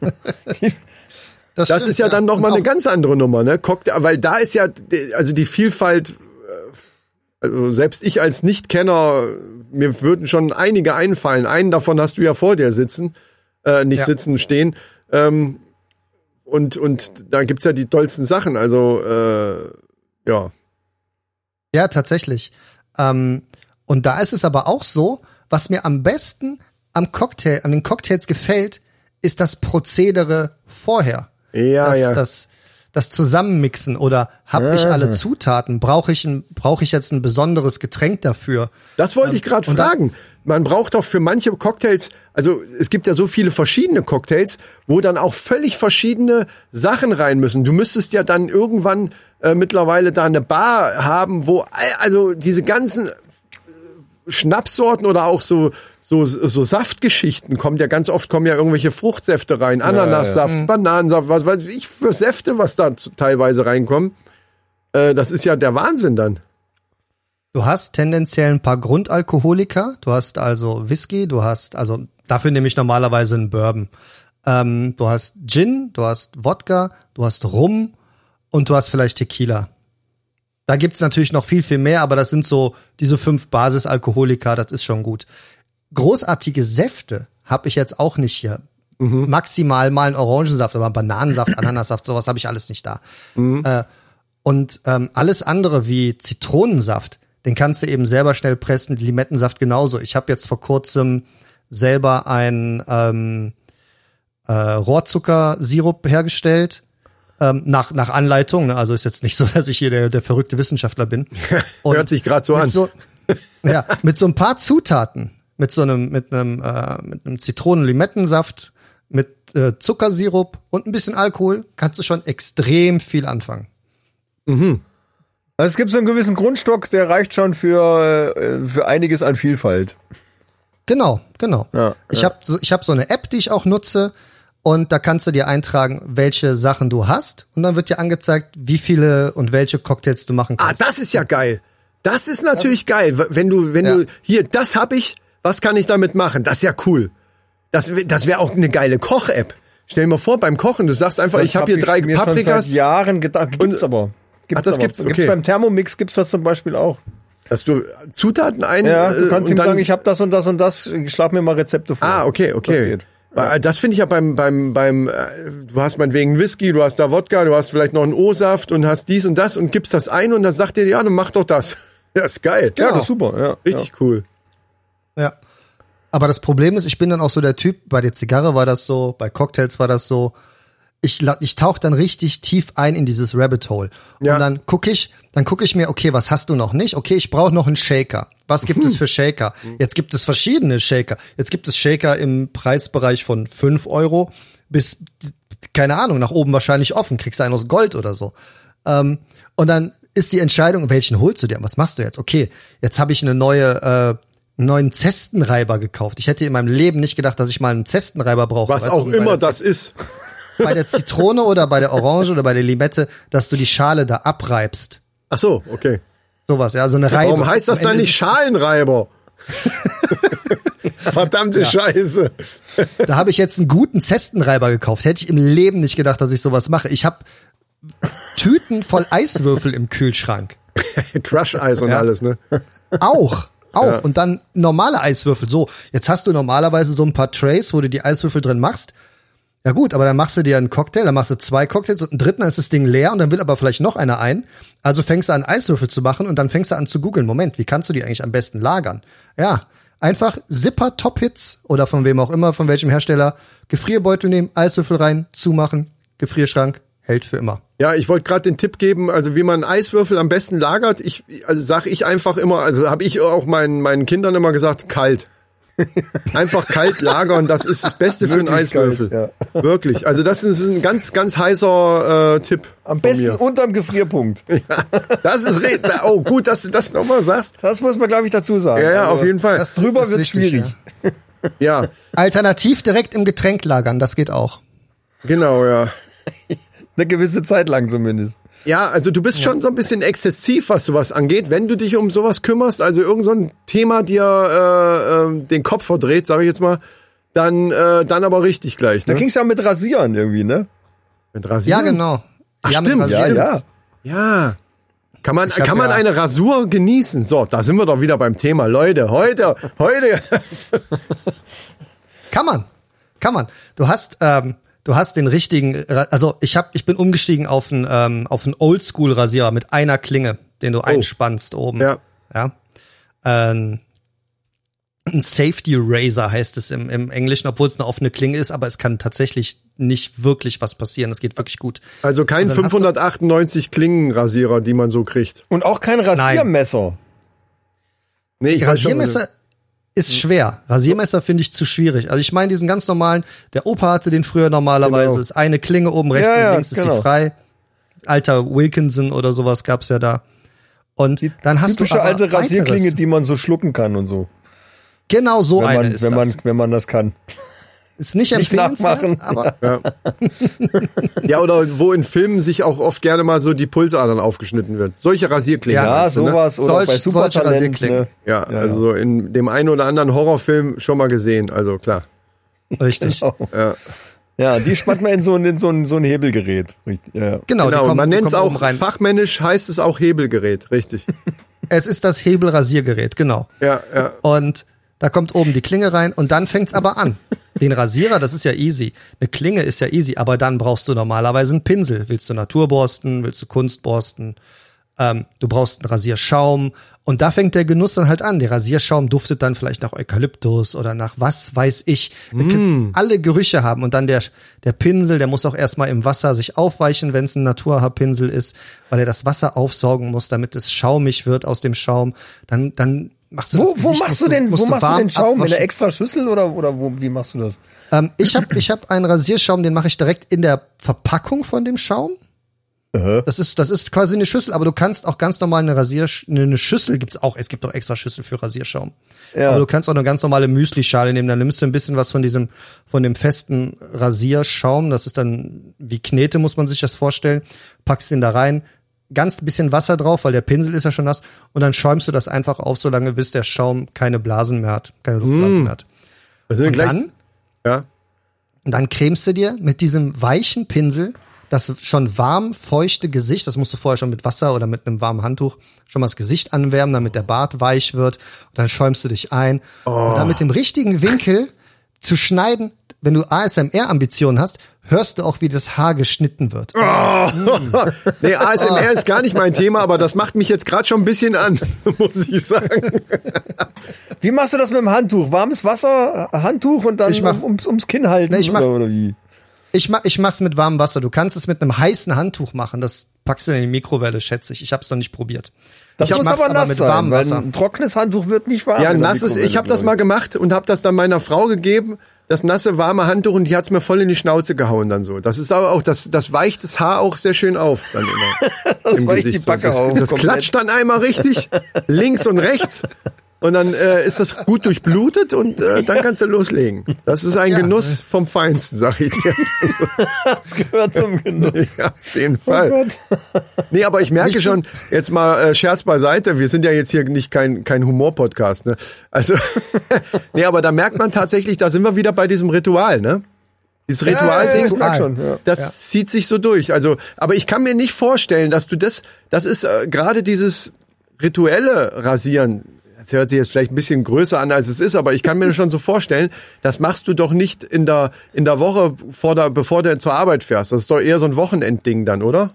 Das, stimmt, ist ja, ja dann noch Und mal auch- eine ganz andere Nummer, ne? Cocktail, weil da ist ja also die Vielfalt, äh, also selbst ich als Nichtkenner, mir würden schon einige einfallen. Einen davon hast du ja vor dir sitzen, äh, nicht Ja. sitzen, stehen. Ähm, und und da gibt's ja die tollsten Sachen. Also äh, ja, Ja, tatsächlich. Ähm, und da ist es aber auch so, was mir am besten am Cocktail, an den Cocktails gefällt, ist das Prozedere vorher. ja, das, ja. das, das Zusammenmixen oder habe ich alle Zutaten? Brauche ich ein, brauche ich jetzt ein besonderes Getränk dafür? Das wollte ich gerade und das- fragen. Man braucht doch für manche Cocktails, also es gibt ja so viele verschiedene Cocktails, wo dann auch völlig verschiedene Sachen rein müssen. Du müsstest ja dann irgendwann äh, mittlerweile da eine Bar haben, wo all- also diese ganzen äh, Schnapssorten oder auch so so so Saftgeschichten kommen ja ganz oft, kommen ja irgendwelche Fruchtsäfte rein, Ananassaft, Bananensaft, was weiß ich für Säfte, was da zu- teilweise reinkommen. Äh, das ist ja der Wahnsinn dann. Du hast tendenziell ein paar Grundalkoholiker. Du hast also Whisky, du hast, also dafür nehme ich normalerweise einen Bourbon. Ähm, du hast Gin, du hast Wodka, du hast Rum und du hast vielleicht Tequila. Da gibt's natürlich noch viel, viel mehr, aber das sind so diese fünf Basisalkoholiker, das ist schon gut. Großartige Säfte habe ich jetzt auch nicht hier. Maximal mal einen Orangensaft, aber Bananensaft, Ananassaft, sowas habe ich alles nicht da. Äh, und ähm, alles andere wie Zitronensaft, den kannst du eben selber schnell pressen, Limettensaft genauso. Ich habe jetzt vor kurzem selber einen ähm, äh, Rohrzuckersirup hergestellt Ähm, nach, nach Anleitung, ne? Also ist jetzt nicht so, dass ich hier der, der verrückte Wissenschaftler bin. Und Hört sich gerade so mit an. So, ja, mit so ein paar Zutaten, mit so einem, mit einem, äh, mit einem Zitronen-Limettensaft, mit äh, Zuckersirup und ein bisschen Alkohol, kannst du schon extrem viel anfangen. Also es gibt so einen gewissen Grundstock, der reicht schon für, äh, für einiges an Vielfalt. Genau, genau. Ja, ich ja. habe so, ich hab so eine App, die ich auch nutze. Und da kannst du dir eintragen, welche Sachen du hast. Und dann wird dir angezeigt, wie viele und welche Cocktails du machen Ah, kannst. das ist ja geil. Das ist natürlich geil. Wenn du, wenn Ja. du, hier, das hab ich, was kann ich damit machen? Das ist ja cool. Das, wär- das wäre auch eine geile Koch-App. Stell dir mal vor, beim Kochen, du sagst einfach, Das ich habe hab hier drei mir schon Paprikas. seit Jahren gedacht. Gibt's Und- aber. Gibt's Ach, das aber. gibt's, okay. Gibt's beim Thermomix gibt's das zum Beispiel auch. Dass du Zutaten ein Ja, äh, du kannst und ihm dann, sagen, ich habe das und das und das, schlag mir mal Rezepte vor. Ah, okay, Das okay. geht. Weil Das finde ich ja beim, beim, beim, äh, du hast meinetwegen Whisky, du hast da Wodka, du hast vielleicht noch einen O-Saft und hast dies und das und gibst das ein und dann sagt dir, ja, dann mach doch das. Das ist geil. Ja, Genau. das ist super. Ja, Richtig cool. Ja. Aber das Problem ist, ich bin dann auch so der Typ, bei der Zigarre war das so, bei Cocktails war das so, ich, la- ich tauche dann richtig tief ein in dieses Rabbit Hole. Und Ja. dann gucke ich, dann gucke ich mir, okay, was hast du noch nicht? Okay, ich brauche noch einen Shaker. Was gibt es für Shaker? Jetzt gibt es verschiedene Shaker. Jetzt gibt es Shaker im Preisbereich von fünf Euro bis, keine Ahnung, nach oben wahrscheinlich offen. Kriegst du einen aus Gold oder so. Ähm, und dann ist die Entscheidung, welchen holst du dir? Was machst du jetzt? Okay, jetzt habe ich eine neue, äh, einen neuen Zestenreiber gekauft. Ich hätte in meinem Leben nicht gedacht, dass ich mal einen Zestenreiber brauche. Was Weißt auch du, bei immer der das ist. bei der Zitrone oder bei der Orange oder bei der Limette, dass du die Schale da abreibst. Ach so, okay. Sowas, ja, so eine Reibe. Warum heißt das Am dann Ende nicht ist- Schalenreiber? Verdammte Scheiße. Da habe ich jetzt einen guten Zestenreiber gekauft. Hätte ich im Leben nicht gedacht, dass ich sowas mache. Ich habe Tüten voll Eiswürfel im Kühlschrank. Crush-Eis und Ja. alles, ne? Auch. Auch. Ja. Und dann normale Eiswürfel. So, jetzt hast du normalerweise so ein paar Trays, wo du die Eiswürfel drin machst. Ja gut, aber dann machst du dir einen Cocktail, dann machst du zwei Cocktails und einen dritten, dann ist das Ding leer und dann will aber vielleicht noch einer ein. Also fängst du an, Eiswürfel zu machen und dann fängst du an zu googeln. Moment, wie kannst du die eigentlich am besten lagern? Ja, einfach Zipper Top Hits oder von wem auch immer, von welchem Hersteller, Gefrierbeutel nehmen, Eiswürfel rein, zumachen, Gefrierschrank, hält für immer. Ja, ich wollte gerade den Tipp geben, also wie man Eiswürfel am besten lagert. Ich, also sag ich einfach immer, also habe ich auch meinen meinen Kindern immer gesagt, kalt. Einfach kalt lagern, das ist das Beste für einen Wirklich Eiswürfel. kalt, Wirklich. Also das ist ein ganz, ganz heißer äh, Tipp. Am von besten mir. unterm Gefrierpunkt. Das ist re oh gut, dass du das nochmal sagst. Das muss man, glaube ich, dazu sagen. Ja, ja, Also, auf jeden Fall. Das Drüber ist wird wichtig, schwierig. ja. Ja, Alternativ direkt im Getränk lagern, das geht auch. genau, ja. Eine gewisse Zeit lang zumindest. Ja, also du bist schon so ein bisschen exzessiv, was sowas angeht, wenn du dich um sowas kümmerst, also irgend so ein Thema dir äh, äh, den Kopf verdreht, sage ich jetzt mal, dann äh, dann aber richtig gleich, Da ne? ging's ja mit Rasieren irgendwie, ne? Mit Ja, Rasieren? genau. Ach, ja, mit stimmt, Ja, Rasieren. ja. Ja. Kann man hab kann man ja- eine Rasur genießen? So, da sind wir doch wieder beim Thema, Leute. Heute, heute. Kann man. Kann man. Du hast, ähm, du hast den richtigen, Ra- also ich hab, ich bin umgestiegen auf einen, ähm, auf einen Oldschool-Rasierer mit einer Klinge, den du einspannst oben. Ja. Ja. Ähm, ein Safety Razor heißt es im, im Englischen, obwohl es eine offene Klinge ist, aber es kann tatsächlich nicht wirklich was passieren. Es geht wirklich gut. Also kein Und dann hast du- fünfhundertachtundneunzig Klingenrasierer, die man so kriegt. Und auch kein Rasiermesser. Nee, ich weiß schon, Rasiermesser ist schwer. Rasiermesser finde ich zu schwierig. Also ich meine diesen ganz normalen, der Opa hatte den früher normalerweise, Genau. ist eine Klinge oben rechts Ja, und ja, links ist genau. die frei. Alter Wilkinson oder sowas gab's ja da. Und dann hast Typische du aber alte Rasierklinge, weiteres. die man so schlucken kann und so. Genau so Wenn eine man, ist wenn das. man, wenn man das kann. Ist nicht Nicht empfehlenswert, nachmachen. aber Ja, oder wo in Filmen sich auch oft gerne mal so die Pulsadern aufgeschnitten wird. Solche Rasierklingen. Ja, Ja, meinst du, ne? sowas. Oder Solch- bei solche Supertalent. Rasierklingen. Ne? Ja, Ja, also so in dem einen oder anderen Horrorfilm schon mal gesehen. Also klar. richtig. Ja. Ja, die spannt man in so, ein- in so, ein, so ein Hebelgerät. Richtig, ja. Genau, die Genau, kommen, man die nennt es kommen auch oben rein. fachmännisch, heißt es auch Hebelgerät, richtig. Es ist das Hebelrasiergerät, genau. Ja, ja. Und da kommt oben die Klinge rein und dann fängt's aber an. Den Rasierer, das ist ja easy. Eine Klinge ist ja easy, aber dann brauchst du normalerweise einen Pinsel. Willst du Naturborsten, willst du Kunstborsten? Ähm, du brauchst einen Rasierschaum und da fängt der Genuss dann halt an. Der Rasierschaum duftet dann vielleicht nach Eukalyptus oder nach was weiß ich. Du kannst alle Gerüche haben und dann der der Pinsel, der muss auch erstmal im Wasser sich aufweichen, wenn es ein Naturhaarpinsel ist, weil er das Wasser aufsaugen muss, damit es schaumig wird aus dem Schaum. Dann dann machst du Wo, das wo Gesicht, machst musst du denn, wo machst du warm den Schaum? In abwaschen. der extra Schüssel oder, oder wo, wie machst du das? Ähm, ich habe ich hab einen Rasierschaum, den mache ich direkt in der Verpackung von dem Schaum. Das ist, das ist quasi eine Schüssel, aber du kannst auch ganz normal eine Rasiersch, eine Schüssel gibt's auch. Es gibt auch extra Schüssel für Rasierschaum. Ja. Aber du kannst auch eine ganz normale Müslischale nehmen. Dann nimmst du ein bisschen was von diesem, von dem festen Rasierschaum. Das ist dann wie Knete, muss man sich das vorstellen. Packst den da rein, ganz bisschen Wasser drauf, weil der Pinsel ist ja schon nass. Und dann schäumst du das einfach auf, solange bis der Schaum keine Blasen mehr hat, keine Luftblasen Mm. mehr hat. Also Und gleich, dann, ja. und dann cremst du dir mit diesem weichen Pinsel das schon warm, feuchte Gesicht, das musst du vorher schon mit Wasser oder mit einem warmen Handtuch schon mal das Gesicht anwärmen, damit der Bart weich wird. Und dann schäumst du dich ein. Oh. Und dann mit dem richtigen Winkel zu schneiden, wenn du A S M R-Ambitionen hast, hörst du auch, wie das Haar geschnitten wird. Oh. Nee, A S M R ist gar nicht mein Thema, aber das macht mich jetzt gerade schon ein bisschen an, muss ich sagen. Wie machst du das mit dem Handtuch? Warmes Wasser, Handtuch und dann Ich mach- um, ums, ums Kinn halten? Nee, ich mach- oder, oder wie? Ich mach, ich mach's mit warmem Wasser. Du kannst es mit einem heißen Handtuch machen. Das packst du in die Mikrowelle, schätze ich. Ich hab's noch nicht probiert. Das ich muss mach's aber nass mit sein, warmem weil Wasser. ein trockenes Handtuch wird nicht warm. Ja, in der nasses, Mikrowelle, ich habe das glaub mal gemacht und habe das dann meiner Frau gegeben, das nasse, warme Handtuch, und die hat's mir voll in die Schnauze gehauen dann so. Das ist aber auch, das, das weicht das Haar auch sehr schön auf dann immer. Das im weicht die Gesicht. Backe das, auf, das komplett. klatscht dann einmal richtig, links und rechts. Und dann äh, ist das gut durchblutet und äh, dann kannst du loslegen. Das ist ein Ja, Genuss vom Feinsten, sag ich dir. Das gehört zum Genuss. Ja, auf jeden Oh Fall. Gott. Nee, aber ich merke schon, jetzt mal äh, Scherz beiseite, wir sind ja jetzt hier nicht kein kein Humor-Podcast, ne? Also, nee, aber da merkt man tatsächlich, da sind wir wieder bei diesem Ritual, ne? Dieses Ritualding, ich merk schon, ja. das Ja. zieht sich so durch. Also, aber ich kann mir nicht vorstellen, dass du das, das ist äh, gerade dieses rituelle Rasieren. Das hört sich jetzt vielleicht ein bisschen größer an, als es ist, aber ich kann mir schon so vorstellen, das machst du doch nicht in der in der Woche, vor der, bevor du zur Arbeit fährst. Das ist doch eher so ein Wochenendding dann, oder?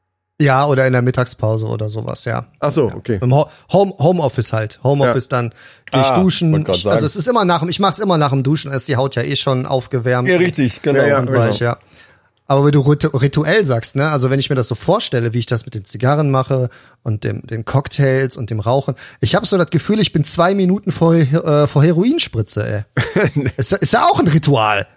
Ja, oder in der Mittagspause oder sowas, ja. Ach so, okay. Im Ho- Home, Homeoffice halt. Homeoffice Ja. dann geh ich Ah, duschen. wollte grad Ich, sagen. also es ist immer nach dem, ich mach's immer nach dem Duschen, ist die Haut ja eh schon aufgewärmt. Ja, richtig, genau. Ja, ja. Und weich, ja. Aber wie du ritu- rituell sagst, ne, also wenn ich mir das so vorstelle, wie ich das mit den Zigarren mache und dem, den Cocktails und dem Rauchen, ich habe so das Gefühl, ich bin zwei Minuten vor, äh, vor Heroinspritze, ey. ist, ist ja auch ein Ritual.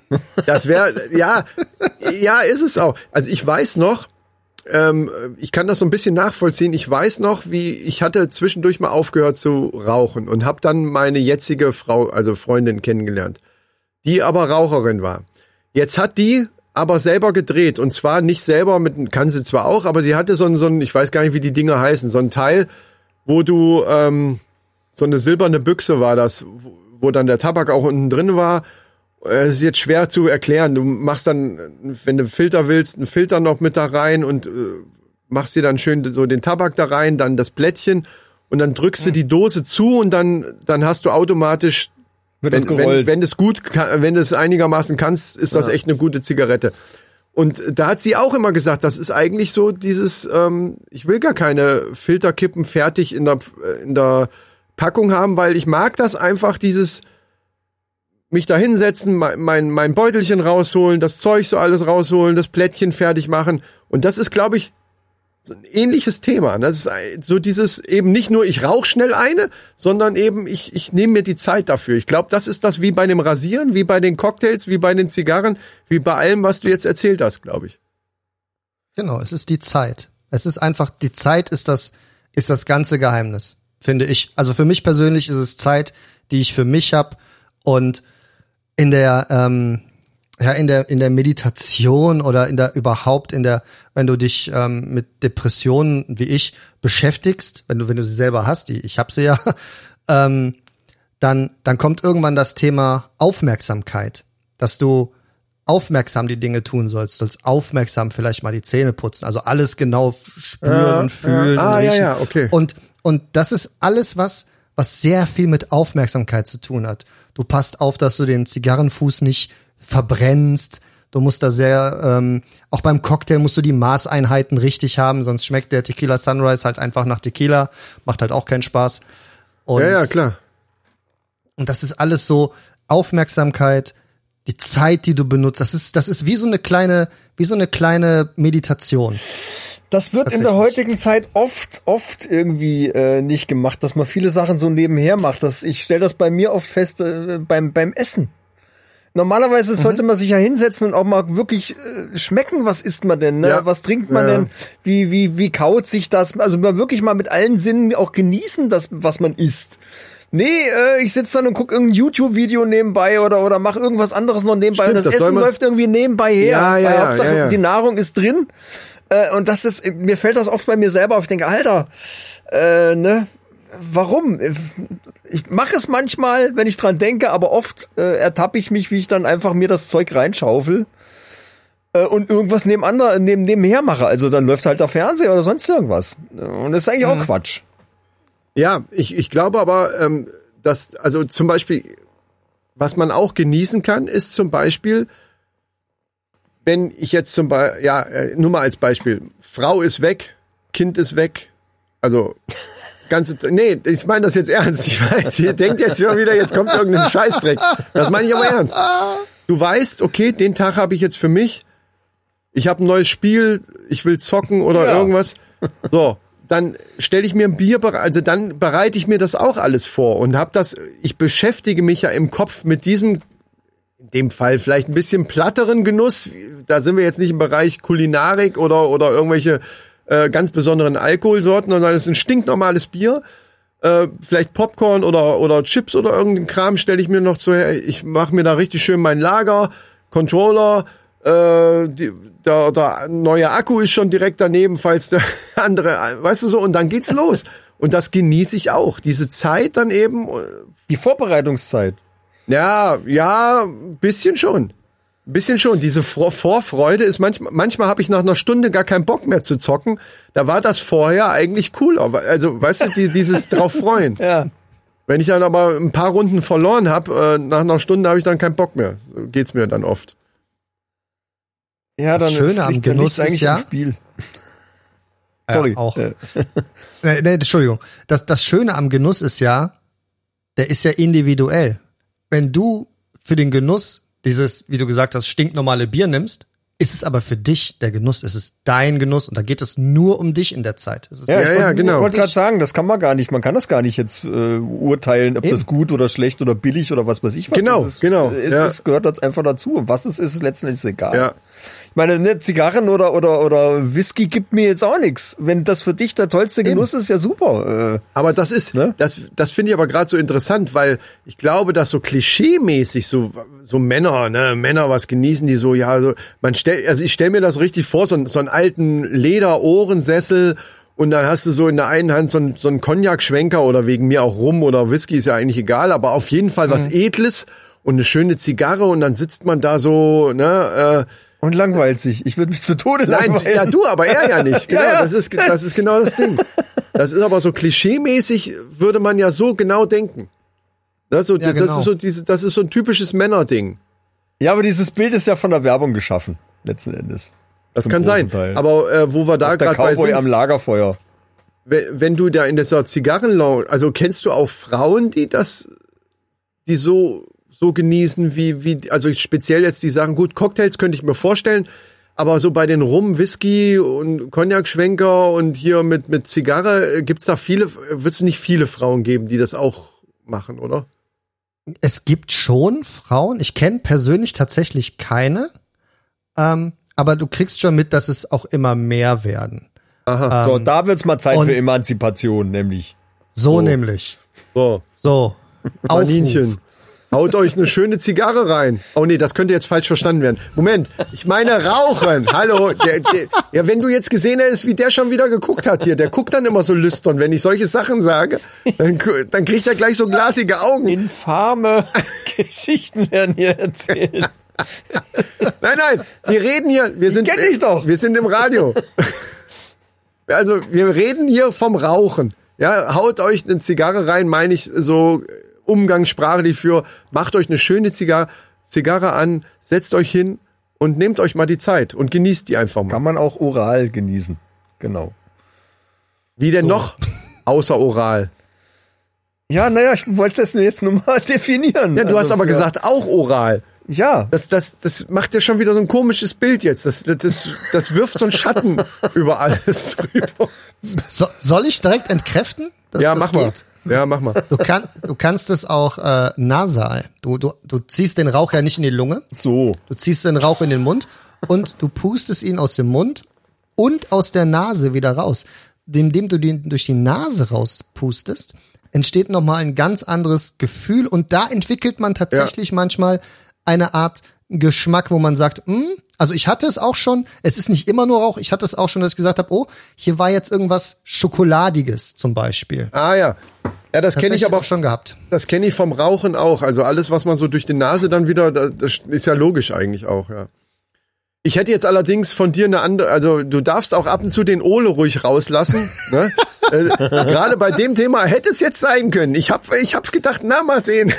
Das wäre, ja, ja, ist es auch. Also ich weiß noch, ähm, ich kann das so ein bisschen nachvollziehen. Ich weiß noch, wie ich hatte zwischendurch mal aufgehört zu rauchen und habe dann meine jetzige Frau, also Freundin kennengelernt, die aber Raucherin war. Jetzt hat die aber selber gedreht, und zwar nicht selber mit, kann sie zwar auch, aber sie hatte so ein, so ein, ich weiß gar nicht, wie die Dinger heißen, so ein Teil, wo du, ähm, so eine silberne Büchse war das, wo, wo dann der Tabak auch unten drin war. Es ist jetzt schwer zu erklären. Du machst dann, wenn du Filter willst, einen Filter noch mit da rein und äh, machst dir dann schön so den Tabak da rein, dann das Blättchen und dann drückst du die Dose zu und dann, dann hast du automatisch, Wird wenn, das gerollt. wenn, wenn du es gut, kann- wenn du es einigermaßen kannst, ist das echt eine gute Zigarette. Und da hat sie auch immer gesagt, das ist eigentlich so dieses, ähm, ich will gar keine Filterkippen fertig in der, in der Packung haben, weil ich mag das einfach, dieses mich da hinsetzen, mein, mein, mein Beutelchen rausholen, das Zeug so alles rausholen, das Plättchen fertig machen. Und das ist, glaube ich, so ein ähnliches Thema. Das ist so dieses eben nicht nur, ich rauche schnell eine, sondern eben, ich, ich nehme mir die Zeit dafür. Ich glaube, das ist das wie bei dem Rasieren, wie bei den Cocktails, wie bei den Zigarren, wie bei allem, was du jetzt erzählt hast, glaube ich. Genau, es ist die Zeit. Es ist einfach, die Zeit ist das, ist das ganze Geheimnis, finde ich. Also für mich persönlich ist es Zeit, die ich für mich habe, und in der, ähm, ja, in der, in der Meditation oder in der, überhaupt in der, wenn du dich ähm, mit Depressionen wie ich beschäftigst, wenn du, wenn du sie selber hast, die, ich habe sie ja, ähm, dann, dann kommt irgendwann das Thema Aufmerksamkeit, dass du aufmerksam die Dinge tun sollst, sollst aufmerksam vielleicht mal die Zähne putzen, also alles genau spüren Ja, und fühlen. ja. Ah, und ja, riechen. ja, okay. Und, und das ist alles, was, was sehr viel mit Aufmerksamkeit zu tun hat. Du passt auf, dass du den Zigarrenfuß nicht verbrennst. Du musst da sehr, ähm, auch beim Cocktail musst du die Maßeinheiten richtig haben, sonst schmeckt der Tequila Sunrise halt einfach nach Tequila, macht halt auch keinen Spaß. Und, ja, ja, klar. Und das ist alles so Aufmerksamkeit, die Zeit, die du benutzt, das ist, das ist wie so eine kleine, wie so eine kleine Meditation. Das wird in der heutigen Zeit oft, oft irgendwie äh, nicht gemacht, dass man viele Sachen so nebenher macht. Das, ich stelle das bei mir oft fest äh, beim beim Essen. Normalerweise sollte man sich ja hinsetzen und auch mal wirklich äh, schmecken, was isst man denn, ne? Ja. Was trinkt man Ja. denn, wie wie wie kaut sich das, also mal wirklich mal mit allen Sinnen auch genießen, das was man isst. Nee, äh, ich sitze dann und guck irgendein YouTube-Video nebenbei oder oder mach irgendwas anderes noch nebenbei. Stimmt, und das, das soll Essen man- läuft irgendwie nebenbei her. Ja, ja, weil ja, Hauptsache ja, ja. die Nahrung ist drin. Äh, und das ist, mir fällt das oft bei mir selber auf. Ich denke, Alter, äh, ne? Warum? Ich mache es manchmal, wenn ich dran denke, aber oft äh, ertappe ich mich, wie ich dann einfach mir das Zeug reinschaufel äh, und irgendwas nebeneinander, neben, nebenher mache. Also dann läuft halt der Fernseher oder sonst irgendwas. Und das ist eigentlich auch Quatsch. Ja, ich, ich glaube aber, ähm, dass, also zum Beispiel, was man auch genießen kann, ist zum Beispiel, wenn ich jetzt zum Beispiel, ja, äh, nur mal als Beispiel, Frau ist weg, Kind ist weg, also ganze, nee, ich meine das jetzt ernst, ich weiß, ihr denkt jetzt schon wieder, jetzt kommt irgendein Scheißdreck, das meine ich aber ernst. Du weißt, okay, den Tag habe ich jetzt für mich, ich habe ein neues Spiel, ich will zocken oder Ja. irgendwas, so, dann stelle ich mir ein Bier, bere- also dann bereite ich mir das auch alles vor und habe das, ich beschäftige mich ja im Kopf mit diesem, in dem Fall vielleicht ein bisschen platteren Genuss, da sind wir jetzt nicht im Bereich Kulinarik oder oder irgendwelche äh, ganz besonderen Alkoholsorten, sondern es ist ein stinknormales Bier, äh, vielleicht Popcorn oder oder Chips oder irgendein Kram stelle ich mir noch zu, ich mache mir da richtig schön mein Lager, Controller, äh, die, der, der neue Akku ist schon direkt daneben, falls der andere, weißt du so, und dann geht's los. Und das genieße ich auch. Diese Zeit dann eben, Die Vorbereitungszeit. ja, ja, ein bisschen schon. Ein bisschen schon. Diese Vor- Vorfreude ist manchmal, manchmal habe ich nach einer Stunde gar keinen Bock mehr zu zocken. Da war das vorher eigentlich cooler. Also, weißt du, die, dieses drauf freuen. Ja. Wenn ich dann aber ein paar Runden verloren habe, äh, nach einer Stunde habe ich dann keinen Bock mehr. So geht's mir dann oft. Ja, Das dann Schöne ist, am liegt, dann Genuss liegt's eigentlich ist ja- im Spiel. Sorry. Ja, auch. Äh, Nee, nee, Entschuldigung. Das, das Schöne am Genuss ist ja, der ist ja individuell. Wenn du für den Genuss dieses, wie du gesagt hast, stinknormale Bier nimmst, ist es aber für dich der Genuss. Es ist dein Genuss und da geht es nur um dich in der Zeit. Es ist Ja, Ja, ich ja, wollte- genau. Ich wollte gerade sagen, das kann man gar nicht. Man kann das gar nicht jetzt äh, urteilen, ob Eben. das gut oder schlecht oder billig oder was weiß ich was. Genau, es ist, genau, Es, ja. es gehört das einfach dazu. Und was es ist, ist letztendlich egal. Ja. Ich meine, ne, Zigarren oder oder oder Whisky gibt mir jetzt auch nichts. Wenn das für dich der tollste Genuss ist, ja super. Äh, Aber das ist, Ne? das, das finde ich aber gerade so interessant, weil ich glaube, dass so klischeemäßig so, so Männer, ne, Männer was genießen, die so, ja, so, man stellt, also ich stelle mir das richtig vor, so, so einen alten Leder-Ohrensessel und dann hast du so in der einen Hand so einen, so einen Cognac-Schwenker oder wegen mir auch Rum oder Whisky, ist ja eigentlich egal, aber auf jeden Fall was Edles und eine schöne Zigarre und dann sitzt man da so, ne, äh, und langweilt sich. Ich würde mich zu Tode Nein, langweilen. ja du, aber er ja nicht. Genau, Ja, ja. das ist das ist genau das Ding. Das ist aber so klischeemäßig, würde man ja so genau denken. Das, so, Ja, das genau. ist so diese, das ist so ein typisches Männerding. Ja, aber dieses Bild ist ja von der Werbung geschaffen, letzten Endes. Das Zum kann großen sein. Teil. Aber äh, wo wir da Auch der gerade bei Cowboy am sind, Lagerfeuer. wenn, wenn du da in dieser Zigarrenlounge, also kennst du auch Frauen, die das, die so so genießen wie wie, also speziell jetzt die sagen, gut, Cocktails könnte ich mir vorstellen. Aber so bei den Rum, Whisky und Cognac-Schwenker und hier mit mit Zigarre, äh, gibt's da viele, wird's nicht viele Frauen geben, die das auch machen, oder? Es gibt schon Frauen, ich kenne persönlich tatsächlich keine, ähm, aber du kriegst schon mit, dass es auch immer mehr werden. Aha. So, da wird's mal Zeit und- für Emanzipation, nämlich. So, So. nämlich. So, So. Marlinchen. Aufruf. Haut euch eine schöne Zigarre rein. Oh nee, das könnte jetzt falsch verstanden werden. Moment, ich meine rauchen. Hallo, der, der, ja, wenn du jetzt gesehen hättest, wie der schon wieder geguckt hat hier, der guckt dann immer so lüstern. Wenn ich solche Sachen sage, dann, dann kriegt er gleich so glasige Augen. Infame Geschichten werden hier erzählt. Nein, nein, wir reden hier, wir sind, kenn ich doch. wir sind im Radio. Also, wir reden hier vom Rauchen. Ja, haut euch eine Zigarre rein, meine ich so umgangssprachlich für, macht euch eine schöne Zigarre, Zigarre an, setzt euch hin und nehmt euch mal die Zeit und genießt die einfach mal. Kann man auch oral genießen. Genau. Wie denn so. Noch? Außer oral. Ja, naja, ich wollte das jetzt nur mal definieren. Ja, du also hast aber für, gesagt, auch oral. Ja. Das, das, das macht ja schon wieder so ein komisches Bild jetzt. Das, das, das wirft so einen Schatten über alles drüber. So, soll ich direkt entkräften? Dass Ja, das mach mal. geht? Ja, mach mal. Du, kann, du kannst es auch äh, nasal. Du, du, du ziehst den Rauch ja nicht in die Lunge. So. Du ziehst den Rauch in den Mund und du pustest ihn aus dem Mund und aus der Nase wieder raus. Indem du den durch die Nase rauspustest, entsteht nochmal ein ganz anderes Gefühl und da entwickelt man tatsächlich ja. manchmal eine Art Geschmack, wo man sagt, hm, also ich hatte es auch schon, es ist nicht immer nur Rauch, ich hatte es auch schon, dass ich gesagt habe, oh, hier war jetzt irgendwas Schokoladiges zum Beispiel. Ah ja, ja, das kenne ich aber auch schon gehabt. Das kenne ich vom Rauchen auch, also alles, was man so durch die Nase dann wieder, das ist ja logisch eigentlich auch, ja. Ich hätte jetzt allerdings von dir eine andere, also du darfst auch ab und zu den Ole ruhig rauslassen. Ne? äh, Gerade bei dem Thema hätte es jetzt sein können. Ich hab, ich hab gedacht, na mal sehen.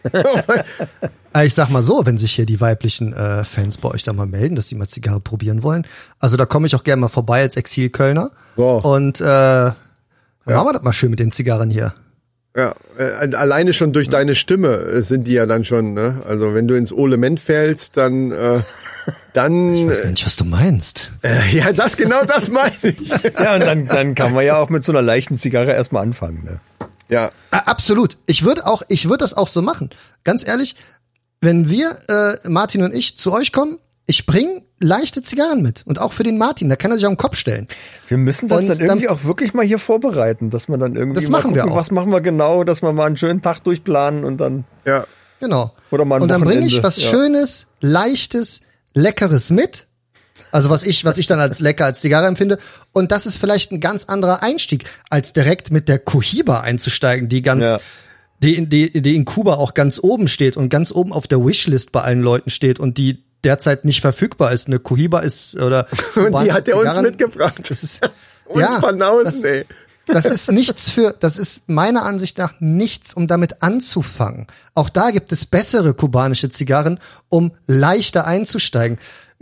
Ich sag mal so, wenn sich hier die weiblichen äh, Fans bei euch da mal melden, dass sie mal Zigarre probieren wollen, also da komme ich auch gerne mal vorbei als Exil-Kölner. Wow. Und äh, dann ja. machen wir das mal schön mit den Zigarren hier. Ja, äh, alleine schon durch deine Stimme äh, sind die ja dann schon, ne? Also wenn du ins Olement fällst, dann äh, dann ich weiß nicht, was du meinst. Äh, ja, das genau das meine ich. Ja, und dann, dann kann man ja auch mit so einer leichten Zigarre erstmal anfangen, ne? Ja. Äh, absolut. Ich würde auch, ich würde das auch so machen. Ganz ehrlich, wenn wir, äh, Martin und ich, zu euch kommen, ich bringe leichte Zigarren mit. Und auch für den Martin, da kann er sich auf den Kopf stellen. Wir müssen das und dann irgendwie dann, auch wirklich mal hier vorbereiten, dass man dann irgendwie das mal machen gucken, wir auch. was machen wir genau, dass wir mal einen schönen Tag durchplanen und dann... Ja. Genau. Oder mal ein und dann bringe ich Wochenende, was ja. Schönes, Leichtes, Leckeres mit. Also was ich, was ich dann als lecker als Zigarre empfinde. Und das ist vielleicht ein ganz anderer Einstieg, als direkt mit der Cohiba einzusteigen, die ganz... Ja. Die, die, die in Kuba auch ganz oben steht und ganz oben auf der Wishlist bei allen Leuten steht und die derzeit nicht verfügbar ist. Eine Cohiba ist, oder... Und die hat er uns mitgebracht. Das ist, uns ja, Banausen, das, ey. Das ist nichts für, das ist meiner Ansicht nach nichts, um damit anzufangen. Auch da gibt es bessere kubanische Zigarren, um leichter einzusteigen.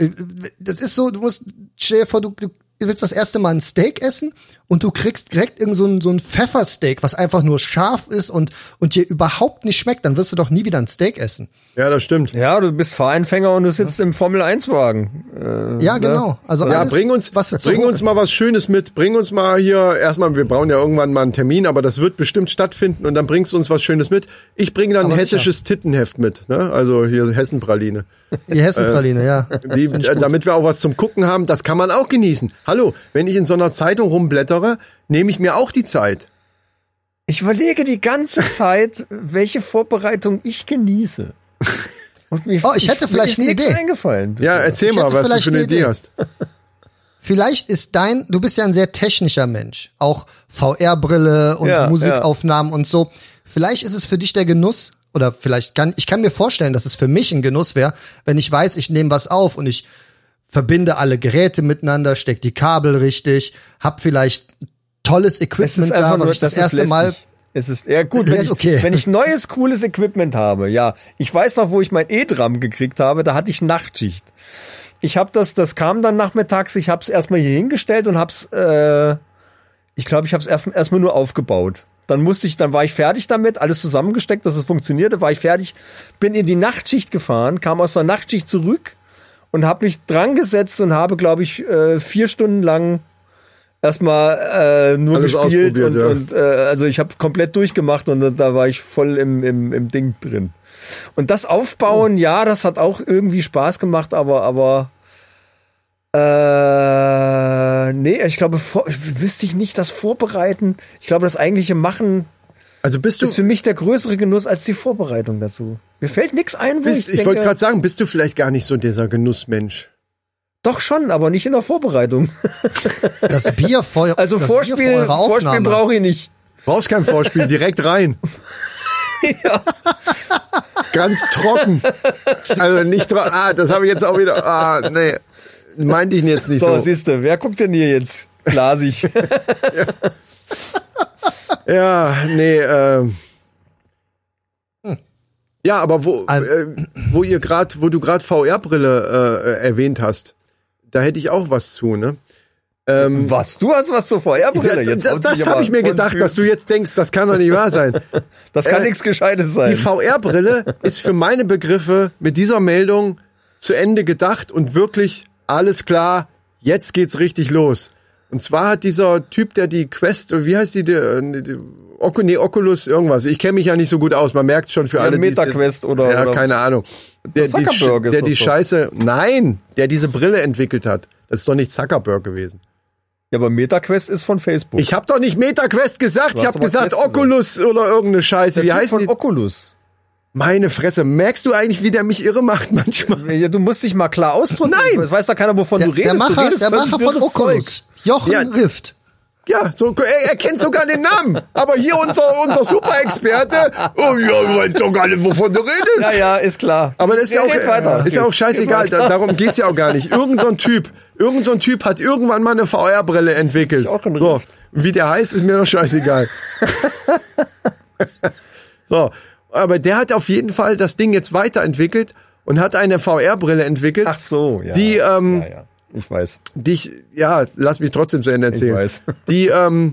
Das ist so, du musst, stell dir vor, du, du willst das erste Mal ein Steak essen und du kriegst direkt irgend so ein, so ein Pfeffersteak, was einfach nur scharf ist und, und dir überhaupt nicht schmeckt, dann wirst du doch nie wieder ein Steak essen. Ja, das stimmt. Ja, du bist Fahreinfänger und du sitzt ja. im Formel eins Wagen. Äh, ja, genau. Also ja, alles, bring uns, was bring uns mal was Schönes mit. Bring uns mal hier, erstmal, wir brauchen ja irgendwann mal einen Termin, aber das wird bestimmt stattfinden und dann bringst du uns was Schönes mit. Ich bringe dann ein aber hessisches sicher. Tittenheft mit, ne? Also hier Hessenpraline. Die Hessenpraline, äh, ja. Die, äh, damit wir auch was zum Gucken haben, das kann man auch genießen. Hallo, wenn ich in so einer Zeitung rumblättere, nehme ich mir auch die Zeit. Ich überlege die ganze Zeit, welche Vorbereitung ich genieße. Und mir, oh, ich hätte ich, vielleicht mir ist eine Idee. Eingefallen. Ja, erzähl ich mal, was du für eine Idee, Idee hast. Vielleicht ist dein, du bist ja ein sehr technischer Mensch, auch V R-Brille und ja, Musikaufnahmen ja. und so. Vielleicht ist es für dich der Genuss, oder vielleicht kann, ich kann mir vorstellen, dass es für mich ein Genuss wäre, wenn ich weiß, ich nehme was auf und ich verbinde alle Geräte miteinander, steck die Kabel richtig, hab vielleicht tolles Equipment da, was nur, ich das, das erste Mal... Es ist ja gut, wenn ich, okay. wenn ich neues, cooles Equipment habe. Ja, ich weiß noch, wo ich mein E-Drum gekriegt habe, da hatte ich Nachtschicht. Ich habe das, das kam dann nachmittags, ich habe es erstmal hier hingestellt und hab's, äh, ich glaube, ich habe es erstmal erst nur aufgebaut. Dann musste ich, dann war ich fertig damit, alles zusammengesteckt, dass es funktionierte, war ich fertig, bin in die Nachtschicht gefahren, kam aus der Nachtschicht zurück und habe mich dran gesetzt und habe, glaube ich, äh, vier Stunden lang erstmal äh, nur alles gespielt und, ja. und äh, also ich habe komplett durchgemacht und da war ich voll im, im, im Ding drin. Und das Aufbauen, oh. ja, das hat auch irgendwie Spaß gemacht, aber aber äh, nee, ich glaube, vor, wüsste ich nicht das Vorbereiten. Ich glaube, das eigentliche Machen also bist du ist für mich der größere Genuss als die Vorbereitung dazu. Mir fällt nichts ein, wo bist, ich Ich wollte gerade sagen, bist du vielleicht gar nicht so dieser Genussmensch? Doch schon, aber nicht in der Vorbereitung. Das Bier vor Also das Vorspiel, Bier vor Vorspiel brauche ich nicht. Brauchst kein Vorspiel, direkt rein. Ja. Ganz trocken. Also nicht trocken. Ah, das habe ich jetzt auch wieder. Ah, nee. Meinte ich jetzt nicht so. So, siehst du, wer guckt denn hier jetzt glasig? Ja, nee, äh. Ja, aber wo, Also- äh, wo ihr gerade, wo du gerade V R-Brille äh, erwähnt hast, da hätte ich auch was zu, ne? Ähm, Was? Du hast was zur V R-Brille? ja, Jetzt das haut das sich habe aber ich mir von gedacht, Typ- dass du jetzt denkst, das kann doch nicht wahr sein. Das kann äh, nichts Gescheites sein. Die V R-Brille ist für meine Begriffe mit dieser Meldung zu Ende gedacht und wirklich alles klar, jetzt geht's richtig los. Und zwar hat dieser Typ, der die Quest, wie heißt die, die, die Ocu- nee, Oculus irgendwas, ich kenne mich ja nicht so gut aus, man merkt schon für Ja, alle, die MetaQuest oder- ja, oder- keine Ahnung. Der, die, Zuckerberg ist der das die doch. Scheiße, nein, der diese Brille entwickelt hat. Das ist doch nicht Zuckerberg gewesen. Ja, aber MetaQuest ist von Facebook. Ich habe doch nicht MetaQuest gesagt, ich hast habe aber gesagt Quest Oculus oder irgendeine Scheiße. Der Wie Typ heißen von die? Oculus. Meine Fresse, merkst du eigentlich, wie der mich irre macht manchmal? Ja, du musst dich mal klar ausdrücken. Nein! Es weiß doch keiner, wovon Der, du redest. der du Macher, redest der völlig Macher von wirres Oculus. Zeug. Jochen Ja. Rift. Ja, so, er, er kennt sogar den Namen. Aber hier unser, unser Super-Experte, oh ja, du weißt doch gar nicht, wovon du redest. Ja, ja, ist klar. Aber das ist ja, Ja, auch, red weiter. ist ja auch Red scheißegal, weiter. da, darum geht's ja auch gar nicht. Irgend so ein Typ, irgend so ein Typ hat irgendwann mal eine V R-Brille entwickelt. Ich auch in So, Rift. wie der heißt, ist mir doch scheißegal. So, aber der hat auf jeden Fall das Ding jetzt weiterentwickelt und hat eine V R-Brille entwickelt, Ach so, ja. die, ähm, ja, ja. Ich weiß. die ich, ja, lass mich trotzdem zu Ende erzählen. Ich weiß. Die, ähm,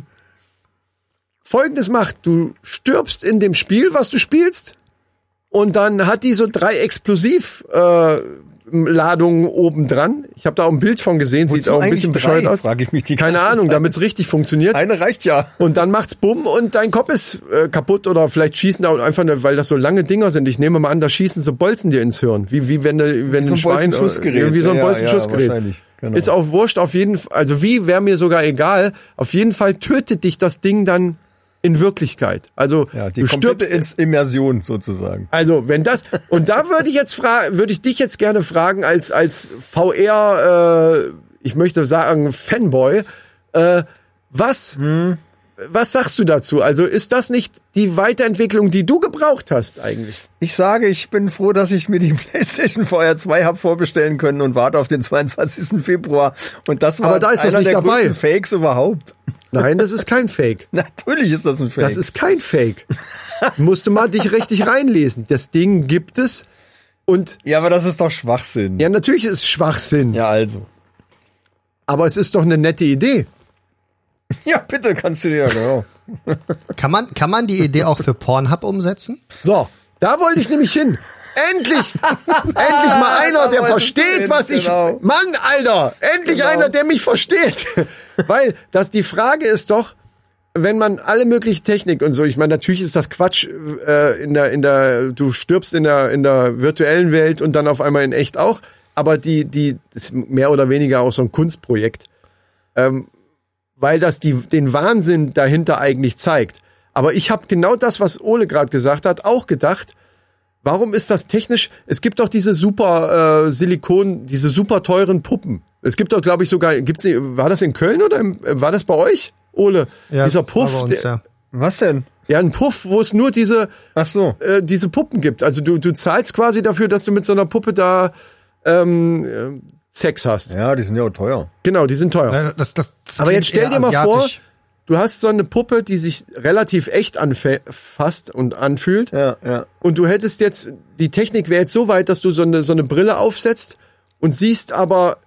Folgendes macht, du stirbst in dem Spiel, was du spielst, und dann hat die so drei Explosiv, äh, Ladungen oben dran. Ich habe da auch ein Bild von gesehen, sieht Wozu auch ein eigentlich bisschen bescheuert drei, aus. frage ich mich die Keine ganze Ahnung, Zeit. damit es richtig funktioniert. Eine reicht ja. Und dann macht's bumm und dein Kopf ist äh, kaputt oder vielleicht schießen da einfach, ne, weil das so lange Dinger sind. Ich nehme mal an, da schießen so Bolzen dir ins Hirn. Wie, wie wenn, du- wenn so ein ein Schwein, Bolzenschussgerät. wie so ein Ja, ja, Bolzenschussgerät. ja, wahrscheinlich. Genau. Ist auch wurscht, auf jeden Fall, also wie, wäre mir sogar egal. Auf jeden Fall tötet dich das Ding dann in Wirklichkeit. Also, Ja, die du komplette stirbst, Ins- Immersion sozusagen. also, wenn das, und da würde ich jetzt fragen, würde ich dich jetzt gerne fragen, als, als V R, äh, ich möchte sagen, Fanboy, äh, was, Hm. was sagst du dazu? Also, ist das nicht die Weiterentwicklung, die du gebraucht hast, eigentlich? Ich sage, ich bin froh, dass ich mir die PlayStation V R zwei habe vorbestellen können und warte auf den zweiundzwanzigsten Februar. Und das war Aber da ist das einer nicht der dabei. größten Fakes überhaupt. Nein, das ist kein Fake. Natürlich ist das ein Fake. Das ist kein Fake. Musst du mal dich richtig reinlesen. Das Ding gibt es und, ja, aber das ist doch Schwachsinn. ja, natürlich ist es Schwachsinn, Ja, also. aber es ist doch eine nette Idee. Ja, bitte kannst du dir ja genau. Kann man, kann man die Idee auch für Pornhub umsetzen? So, da wollte ich nämlich hin. Endlich, endlich mal einer, der wolltest du versteht, hin, was ich, genau. Mann, Alter, endlich Genau. einer, der mich versteht. Weil, das, die Frage ist doch, wenn man alle mögliche Technik und so, ich meine, natürlich ist das Quatsch, äh, in der, in der, du stirbst in der, in der virtuellen Welt und dann auf einmal in echt auch, aber die, die, das ist mehr oder weniger auch so ein Kunstprojekt. Ähm, weil das die, den Wahnsinn dahinter eigentlich zeigt. Aber ich habe genau das, was Ole gerade gesagt hat, auch gedacht. Warum ist das technisch? Es gibt doch diese super äh, Silikon, diese super teuren Puppen. Es gibt doch, glaube ich, sogar, gibt's nicht, war das in Köln oder im, war das bei euch, Ole? Ja, Dieser das war Puff, bei uns, der, ja. Was denn? ja, ein Puff, wo es nur diese Ach so. äh, diese Puppen gibt. Also du du zahlst quasi dafür, dass du mit so einer Puppe da ähm, äh, Sex hast. Ja, die sind ja auch teuer. Genau, die sind teuer. Ja, Das, das, das Aber klingt jetzt stell eher dir mal vor, asiatisch. du hast so eine Puppe, die sich relativ echt anfasst und anfühlt. Ja, ja. Und du hättest jetzt, die Technik wäre jetzt so weit, dass du so eine, so eine Brille aufsetzt und siehst aber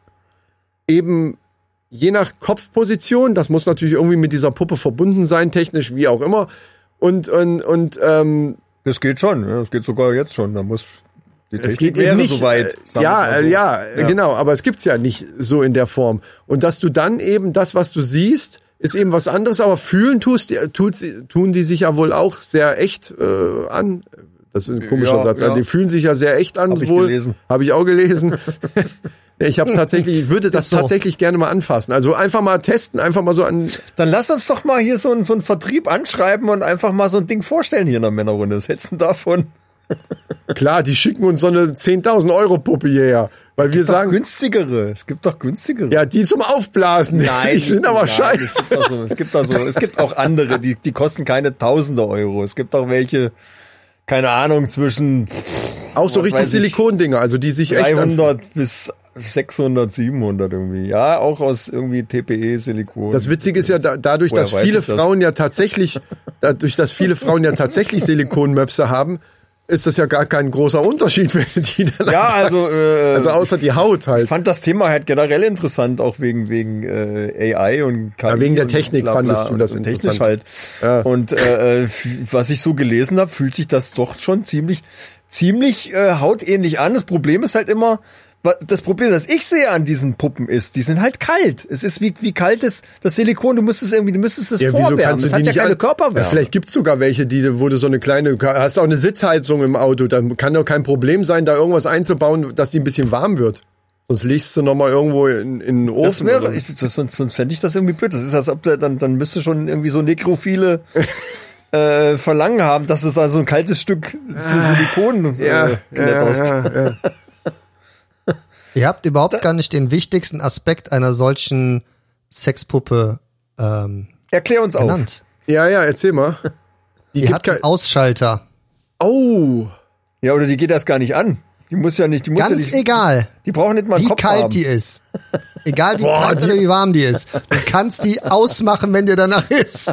eben je nach Kopfposition, das muss natürlich irgendwie mit dieser Puppe verbunden sein, technisch, wie auch immer. Und, und, und, ähm, Das geht schon. Ja, das geht sogar jetzt schon. Da muss die es Technik geht eben wäre nicht, soweit. äh, sagen wir ja, mal so. äh, ja, äh, genau, aber es gibt's ja nicht so in der Form. Und dass du dann eben das, was du siehst, ist eben was anderes, aber fühlen tust, die- tut, sie- tun die sich ja wohl auch sehr echt äh, an. Das ist ein komischer Ja, Satz. ja. Die fühlen sich ja sehr echt an. Hab ich wohl. gelesen. Habe ich auch gelesen. Ich habe tatsächlich, ich würde das Ist so. tatsächlich gerne mal anfassen. Also einfach mal testen, einfach mal so an. Dann lass uns doch mal hier so einen, so einen Vertrieb anschreiben und einfach mal so ein Ding vorstellen hier in der Männerrunde. Was hältst du denn davon? Klar, die schicken uns so eine zehntausend Euro Puppe hierher, weil wir Doch sagen, günstigere. Es gibt doch günstigere. ja, die zum Aufblasen. Nein, die sind aber nein, scheiße. Es gibt, auch so, es gibt auch so, es gibt auch andere, die, die kosten keine Tausende Euro. Es gibt auch welche, keine Ahnung, zwischen Auch so was richtig weiß ich, Silikondinger, also die sich echt an, dreihundert bis sechshundert, siebenhundert irgendwie. Ja, auch aus irgendwie T P E-Silikon. Das Witzige ist ja da, dadurch, Woher dass weiß viele ich das? Frauen ja tatsächlich, dadurch, dass viele Frauen ja tatsächlich Silikonmöpse haben, ist das ja gar kein großer Unterschied, wenn du die dann Ja, also, äh, also außer die Haut halt. Ich fand das Thema halt generell interessant, auch wegen wegen äh, A I und K I. Ja, wegen der und Technik bla, bla fandest du das und interessant. Technisch halt. Ja. Und äh, f- was ich so gelesen habe, fühlt sich das doch schon ziemlich ziemlich äh, hautähnlich an. Das Problem ist halt immer, wa- das Problem, das ich sehe an diesen Puppen ist, die sind halt kalt. Es ist wie wie kalt ist das Silikon, du müsstest irgendwie, du müsstest es Ja, wieso vorwärmen. kannst du Das die hat ja nicht keine an- Körperwärme. Ja, vielleicht gibt's sogar welche, die, wo du so eine kleine, hast auch eine Sitzheizung im Auto, dann kann doch kein Problem sein, da irgendwas einzubauen, dass die ein bisschen warm wird. Sonst legst du nochmal irgendwo in, in den Ofen. Das wäre, oder? ich, sonst, sonst fände ich das irgendwie blöd. Das ist, als ob der, dann, dann müsste schon irgendwie so nekrophile äh, Verlangen haben, dass es also ein kaltes Stück Silikon ja, äh, kletterst. ja, ja, ja. Ihr habt überhaupt gar nicht den wichtigsten Aspekt einer solchen Sexpuppe ähm, Erklär uns auf. genannt. ja, ja, erzähl mal. Die Die gibt hat einen kein, Ausschalter. oh, Ja, oder die geht erst gar nicht an. Die muss ja nicht, die muss Ganz ja nicht, egal, die brauchen nicht mal einen wie Kopf kalt haben. die ist. Egal wie Boah, kalt die- oder wie warm die ist. Du kannst die ausmachen, wenn dir danach ist.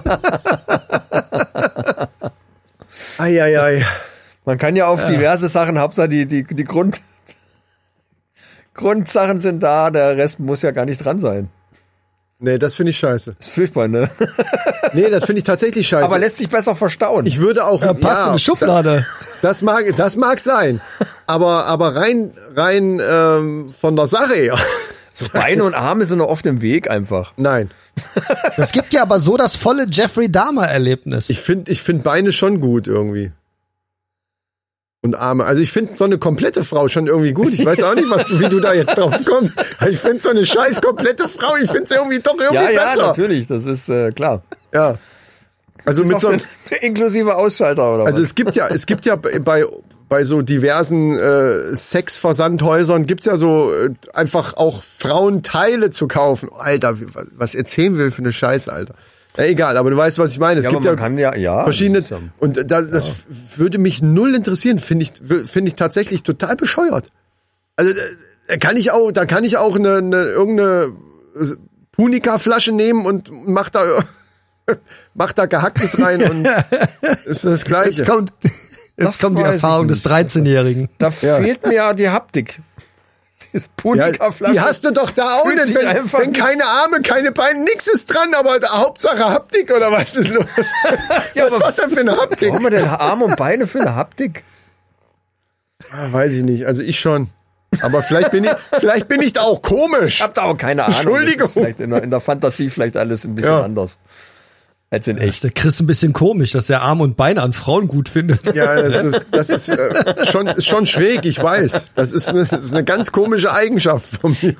ei, ei, ei. Man kann ja auf diverse Sachen, Hauptsache die, die, die Grund, Grundsachen sind da, der Rest muss ja gar nicht dran sein. Nee, das finde ich scheiße. Ist furchtbar, ne? Nee, das finde ich tatsächlich scheiße. Aber lässt sich besser verstauen. ich würde auch, Ja, passt in eine Schublade. Das mag, das mag sein. Aber, aber rein, rein ähm, von der Sache her. Beine und Arme sind noch oft im Weg einfach. Nein. Das gibt ja aber so das volle Jeffrey Dahmer-Erlebnis. Ich finde ich find Beine schon gut irgendwie. Und Arme. Also ich finde so eine komplette Frau schon irgendwie gut. Ich weiß auch nicht, was du, wie du da jetzt drauf kommst. Ich finde so eine scheiß komplette Frau, ich finde sie irgendwie doch irgendwie Ja, ja, besser. natürlich, das ist äh, klar. Ja. Also Ist mit auch so, den- inklusive Ausschalter oder also was? es gibt ja, es gibt ja bei, bei so diversen äh, Sexversandhäusern gibt's ja so äh, einfach auch Frauenteile zu kaufen. Alter, wie- was, was erzählen wir für eine Scheiße, Alter. Ja, egal, aber du weißt, was ich meine. Es Ja, gibt aber ja, man kann ja, ja, verschiedene, das ist ja- und das, das würde mich null interessieren, finde ich, finde ich tatsächlich total bescheuert. Also da kann ich auch, da kann ich auch eine, eine irgendeine Punika-Flasche nehmen und mach da, mach da Gehacktes rein und ist das Gleiche. Jetzt kommt, Das jetzt kommt die weiß ich Erfahrung des nicht. dreizehnjährigen. Da fehlt mir ja die Haptik. Diese Ja, Punika-Flasche. die hast du doch da auch Fühlt nicht, sich wenn, einfach wenn nicht- keine Arme, keine Beine, nix ist dran, aber da, Hauptsache Haptik oder was ist los? Ja, was aber- was denn für eine Haptik? Brauchen wir denn Arme und Beine für eine Haptik? Ah, weiß ich nicht, also ich schon. Aber vielleicht bin ich, vielleicht bin ich da auch komisch. Ich hab da auch keine Ahnung. Entschuldigung. Das ist vielleicht in der, in der Fantasie vielleicht alles ein bisschen Ja. anders. Als in Ist echt. der Chris ein bisschen komisch, dass er Arme und Beine an Frauen gut findet. Ja, das ist, das ist äh, schon, ist schon schräg, ich weiß. Das ist, eine, das ist eine ganz komische Eigenschaft von mir.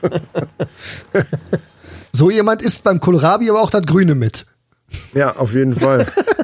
So jemand isst beim Kohlrabi aber auch das Grüne mit. Ja, auf jeden Fall.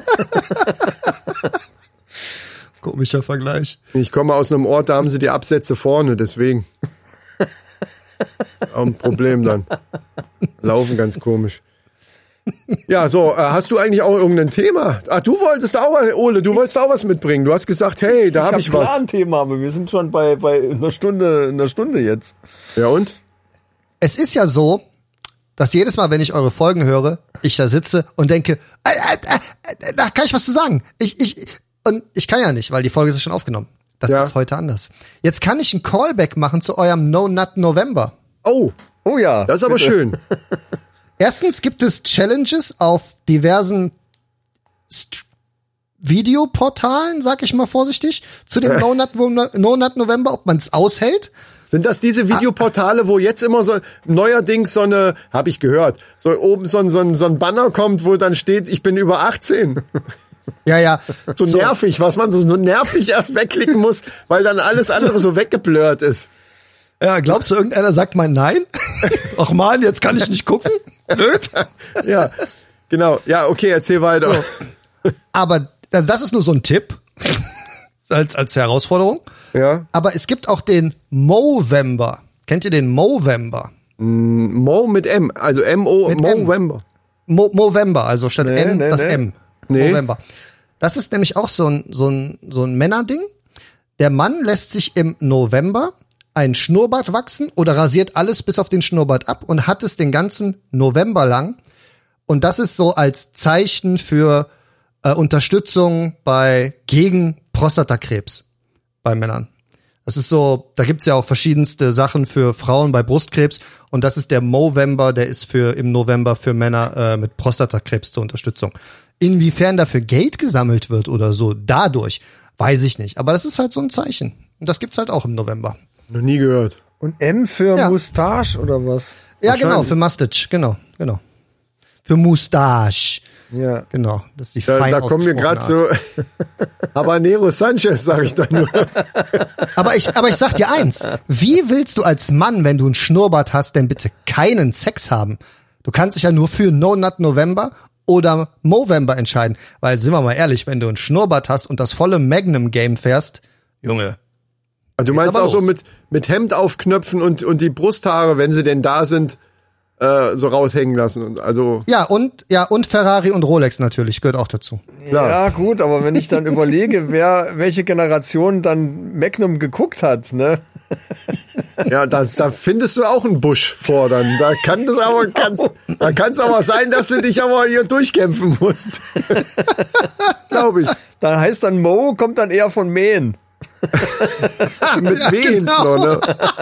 Komischer Vergleich. Ich komme aus einem Ort, da haben sie die Absätze vorne, deswegen. Ist auch ein Problem dann. Laufen ganz komisch. Ja, so, äh, hast du eigentlich auch irgendein Thema? Ach, du wolltest auch was, Ole, du wolltest auch was mitbringen. Du hast gesagt, hey, da habe ich, hab was. klar ein Thema, aber wir sind schon bei, bei einer Stunde, einer Stunde jetzt. Ja, und? Es ist ja so, dass jedes Mal, wenn ich eure Folgen höre, ich da sitze und denke, äh, äh, äh, da kann ich was zu sagen. Ich, ich, und ich kann ja nicht, weil die Folge ist schon aufgenommen. Das Ja. ist heute anders. Jetzt kann ich ein Callback machen zu eurem No Nut November. Oh, Oh ja. das ist aber bitte. schön. Erstens gibt es Challenges auf diversen St- Videoportalen, sag ich mal vorsichtig, zu dem No Nut, No Nut November, ob man es aushält. Sind das diese Videoportale, wo jetzt immer so neuerdings so eine, habe ich gehört, so oben so ein, so, ein, so ein Banner kommt, wo dann steht, ich bin über achtzehn. Ja, ja. So, nervig, was man so, so nervig erst wegklicken muss, weil dann alles andere so weggeblurrt ist. Ja, glaubst du, irgendeiner sagt mal nein? Ach man, jetzt kann ich nicht gucken? Blöd. Ja, genau. Ja, okay, erzähl weiter. Aber also das ist nur so ein Tipp als als Herausforderung. Ja. Aber es gibt auch den Movember. Kennt ihr den Movember? Mo mit M, also M O, Mit M. Movember. Mo Movember, also statt Nee, N nee, das nee. M. Nee. Movember. Das ist nämlich auch so ein so ein so ein Männerding. Der Mann lässt sich im November ein Schnurrbart wachsen oder rasiert alles bis auf den Schnurrbart ab und hat es den ganzen November lang. Und das ist so als Zeichen für äh, Unterstützung bei gegen Prostatakrebs. bei Männern. Das ist so, da gibt's ja auch verschiedenste Sachen für Frauen bei Brustkrebs und das ist der Movember, der ist für im November für Männer äh, mit Prostatakrebs zur Unterstützung. Inwiefern dafür Geld gesammelt wird oder so, dadurch, weiß ich nicht. Aber das ist halt so ein Zeichen. Und das gibt's halt auch im November. Noch nie gehört. Und M für Ja. Moustache oder was? Ja, genau, für Mustache, genau, genau. Für Moustache. Ja. Genau, das ist die Da, fein da kommen mir gerade so Habanero Sanchez, sage ich dann nur. Aber ich, aber ich sag dir eins. Wie willst du als Mann, wenn du einen Schnurrbart hast, denn bitte keinen Sex haben? Du kannst dich ja nur für No Nut November oder Movember entscheiden. Weil, sind wir mal ehrlich, wenn du einen Schnurrbart hast und das volle Magnum-Game fährst, Junge. Also du meinst aber auch so los. mit, mit Hemd aufknöpfen und, und die Brusthaare, wenn sie denn da sind, äh, so raushängen lassen. Und also Ja, und, ja, und Ferrari und Rolex natürlich, gehört auch dazu. Klar. Ja, gut, aber wenn ich dann überlege, wer, welche Generation dann Magnum geguckt hat, ne? ja, da, da findest du auch einen Busch vor dann. Da kann das aber, kann's, da kann es aber sein, dass du dich aber hier durchkämpfen musst. Glaube ich. Da heißt dann Mo, kommt dann eher von Mähen. Mit Ja, wem genau. noch, ne?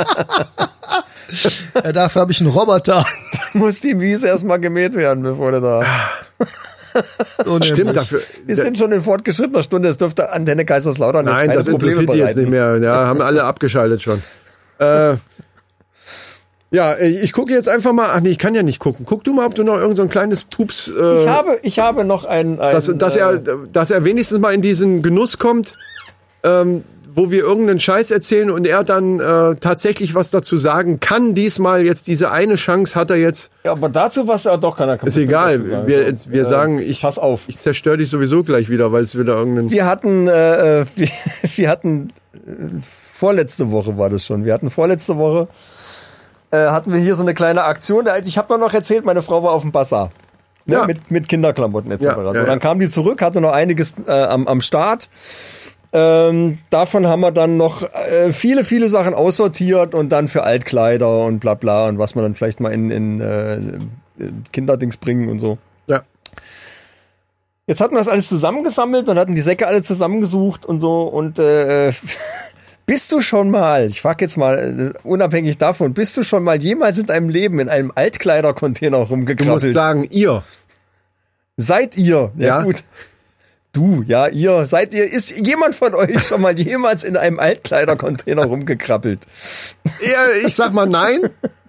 Ja, dafür habe ich einen Roboter. Muss die Wiese erstmal gemäht werden, bevor du da. So nämlich. Stimmt, dafür. Wir sind schon in fortgeschrittener Stunde, es dürfte Antenne Kaiserslautern jetzt Nein, keine das Probleme interessiert die jetzt bereiten. nicht mehr. Ja, haben alle abgeschaltet schon. Äh, ja, ich, ich gucke jetzt einfach mal. Ach nee, ich kann ja nicht gucken. Guck du mal, ob du noch irgend so ein kleines Pups. Äh, Ich habe, ich habe noch ein, ein dass, dass er, dass er wenigstens mal in diesen Genuss kommt, ähm, wo wir irgendeinen Scheiß erzählen und er dann äh, tatsächlich was dazu sagen kann. Diesmal jetzt diese eine Chance hat er jetzt. ja, aber dazu was er doch keiner. Ist egal. Wir, wir sagen, ich, pass auf. ich zerstöre dich sowieso gleich wieder, weil es wieder irgendeinen. Wir hatten, äh, wir, wir hatten äh, vorletzte Woche war das schon. Wir hatten vorletzte Woche äh, hatten wir hier so eine kleine Aktion. Ich habe noch erzählt, meine Frau war auf dem Bazar. Ne, Ja. mit, mit Kinderklamotten et cetera. Ja, ja, so, ja. dann kam die zurück, hatte noch einiges äh, am, am Start. Ähm, davon haben wir dann noch äh, viele, viele Sachen aussortiert und dann für Altkleider und bla bla und was man dann vielleicht mal in, in äh, Kinderdings bringen und so. Ja. Jetzt hatten wir das alles zusammengesammelt und hatten die Säcke alle zusammengesucht und so und äh, bist du schon mal, ich frage jetzt mal, äh, unabhängig davon, bist du schon mal jemals in deinem Leben in einem Altkleidercontainer Du musst rumgekrabbelt? sagen, ihr. Seid ihr? Ja, Ja. gut. Du, ja, ihr, seid ihr, ist jemand von euch schon mal jemals in einem Altkleidercontainer rumgekrabbelt? Ja, ich sag mal nein.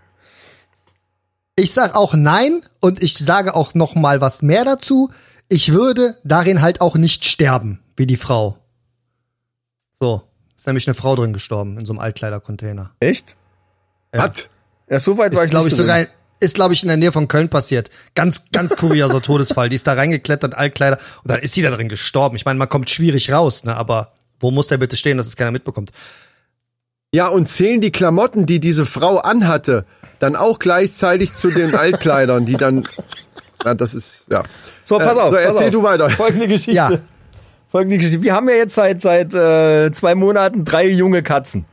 Ich sag auch nein und ich sage auch noch mal was mehr dazu. Ich würde darin halt auch nicht sterben, wie die Frau. So, ist nämlich eine Frau drin gestorben in so einem Altkleidercontainer. Echt? Hat. Ja, so weit war Ist ich glaube nicht ich drin. sogar ist glaube ich in der Nähe von Köln passiert. Ganz ganz kurioser Todesfall. Die ist da reingeklettert, Altkleider und dann ist sie da drin gestorben. Ich meine, man kommt schwierig raus, ne, aber wo muss der bitte stehen, dass es keiner mitbekommt? Ja, und zählen die Klamotten, die diese Frau anhatte, dann auch gleichzeitig zu den Altkleidern, die dann. Ja, das ist. Ja. So, pass Äh, auf. so, pass erzähl auf. du weiter. Folgende Geschichte. Ja. Folgende Geschichte. Wir haben ja jetzt seit seit äh, zwei Monaten drei junge Katzen,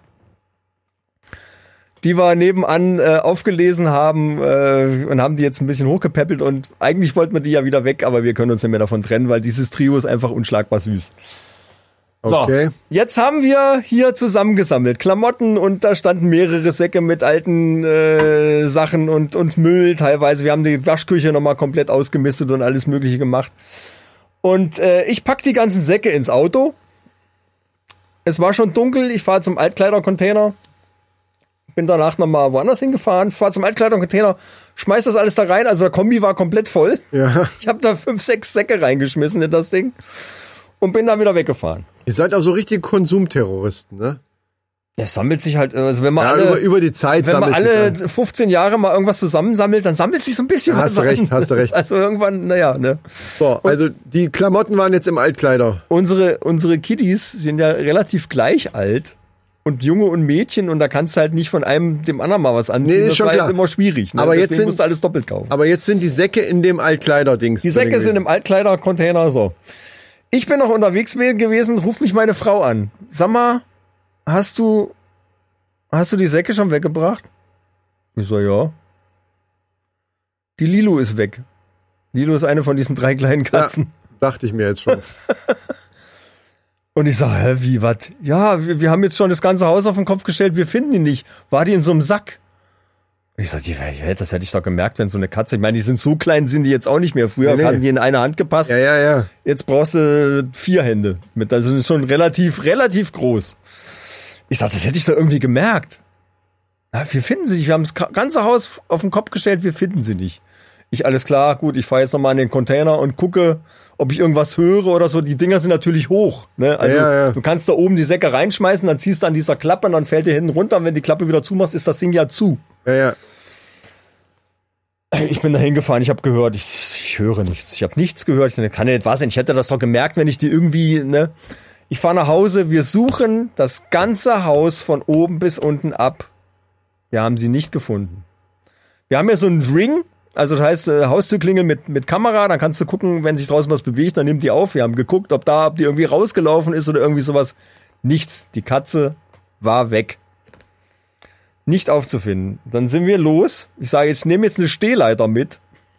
die wir nebenan äh, aufgelesen haben äh, und haben die jetzt ein bisschen hochgepäppelt und eigentlich wollten wir die ja wieder weg, aber wir können uns nicht mehr davon trennen, weil dieses Trio ist einfach unschlagbar süß. So, Okay. jetzt haben wir hier zusammengesammelt Klamotten und da standen mehrere Säcke mit alten äh, Sachen und und Müll teilweise. Wir haben die Waschküche nochmal komplett ausgemistet und alles Mögliche gemacht. Und äh, ich pack die ganzen Säcke ins Auto. Es war schon dunkel, ich fahre zum Altkleidercontainer. Bin danach nochmal woanders hingefahren, fahr zum Altkleidercontainer, schmeiß das alles da rein. Also der Kombi war komplett voll. Ja. Ich habe da fünf, sechs Säcke reingeschmissen in das Ding und bin dann wieder weggefahren. Ihr seid auch so richtige Konsumterroristen, ne? Es sammelt sich halt, also wenn man Ja, alle, über, über die Zeit wenn man sammelt alle sich's an. fünfzehn Jahre mal irgendwas zusammensammelt, dann sammelt sich so ein bisschen Hast was du recht, an. hast du recht. Also irgendwann, naja, ne. So, also die Klamotten waren jetzt im Altkleider. Unsere, unsere Kiddies sind ja relativ gleich alt und Junge und Mädchen und da kannst du halt nicht von einem dem anderen mal was anziehen. Nee, ist das schon war klar. halt immer schwierig, ne. Aber jetzt Deswegen sind- musst du alles doppelt kaufen. Aber jetzt sind die Säcke in dem Altkleider-Dings. Die Säcke sind im Altkleidercontainer, so. Ich bin noch unterwegs gewesen, ruft mich meine Frau an. Sag mal, hast du, hast du die Säcke schon weggebracht? Ich so, ja. Die Lilo ist weg. Lilo ist eine von diesen drei kleinen Katzen. Ja, dachte ich mir jetzt schon. Und ich sage, hä, wie, was? Ja, wir, wir haben jetzt schon das ganze Haus auf den Kopf gestellt, wir finden die nicht. War die in so einem Sack? Und ich sag, das hätte ich doch gemerkt, wenn so eine Katze, ich meine, die sind so klein, sind die jetzt auch nicht mehr. Früher nee, nee. hatten die in eine Hand gepasst. Ja, ja, ja. Jetzt brauchst du vier Hände mit, also ist schon relativ, relativ groß. Ich sag, das hätte ich doch irgendwie gemerkt. Ja, wir finden sie nicht, wir haben das ganze Haus auf den Kopf gestellt, wir finden sie nicht. Ich, alles klar, gut, ich fahre jetzt nochmal in den Container und gucke, ob ich irgendwas höre oder so. Die Dinger sind natürlich hoch, ne? Also ja, ja. du kannst da oben die Säcke reinschmeißen, dann ziehst du an dieser Klappe und dann fällt der hinten runter und wenn die Klappe wieder zumachst, ist das Ding ja zu. Ja, ja. Ich bin da hingefahren, ich habe gehört, ich, ich höre nichts. Ich habe nichts gehört. Ich dachte, kann ja nicht wahr sein. Ich hätte das doch gemerkt, wenn ich die irgendwie, ne? Ich fahre nach Hause, wir suchen das ganze Haus von oben bis unten ab. Wir haben sie nicht gefunden. Wir haben ja so einen Ring, also das heißt äh, Haustürklingel mit mit Kamera, dann kannst du gucken, wenn sich draußen was bewegt, dann nimmt die auf. Wir haben geguckt, ob da, ob die irgendwie rausgelaufen ist oder irgendwie sowas. Nichts. Die Katze war weg. Nicht aufzufinden. Dann sind wir los. Ich sage, ich nehme jetzt eine Stehleiter mit.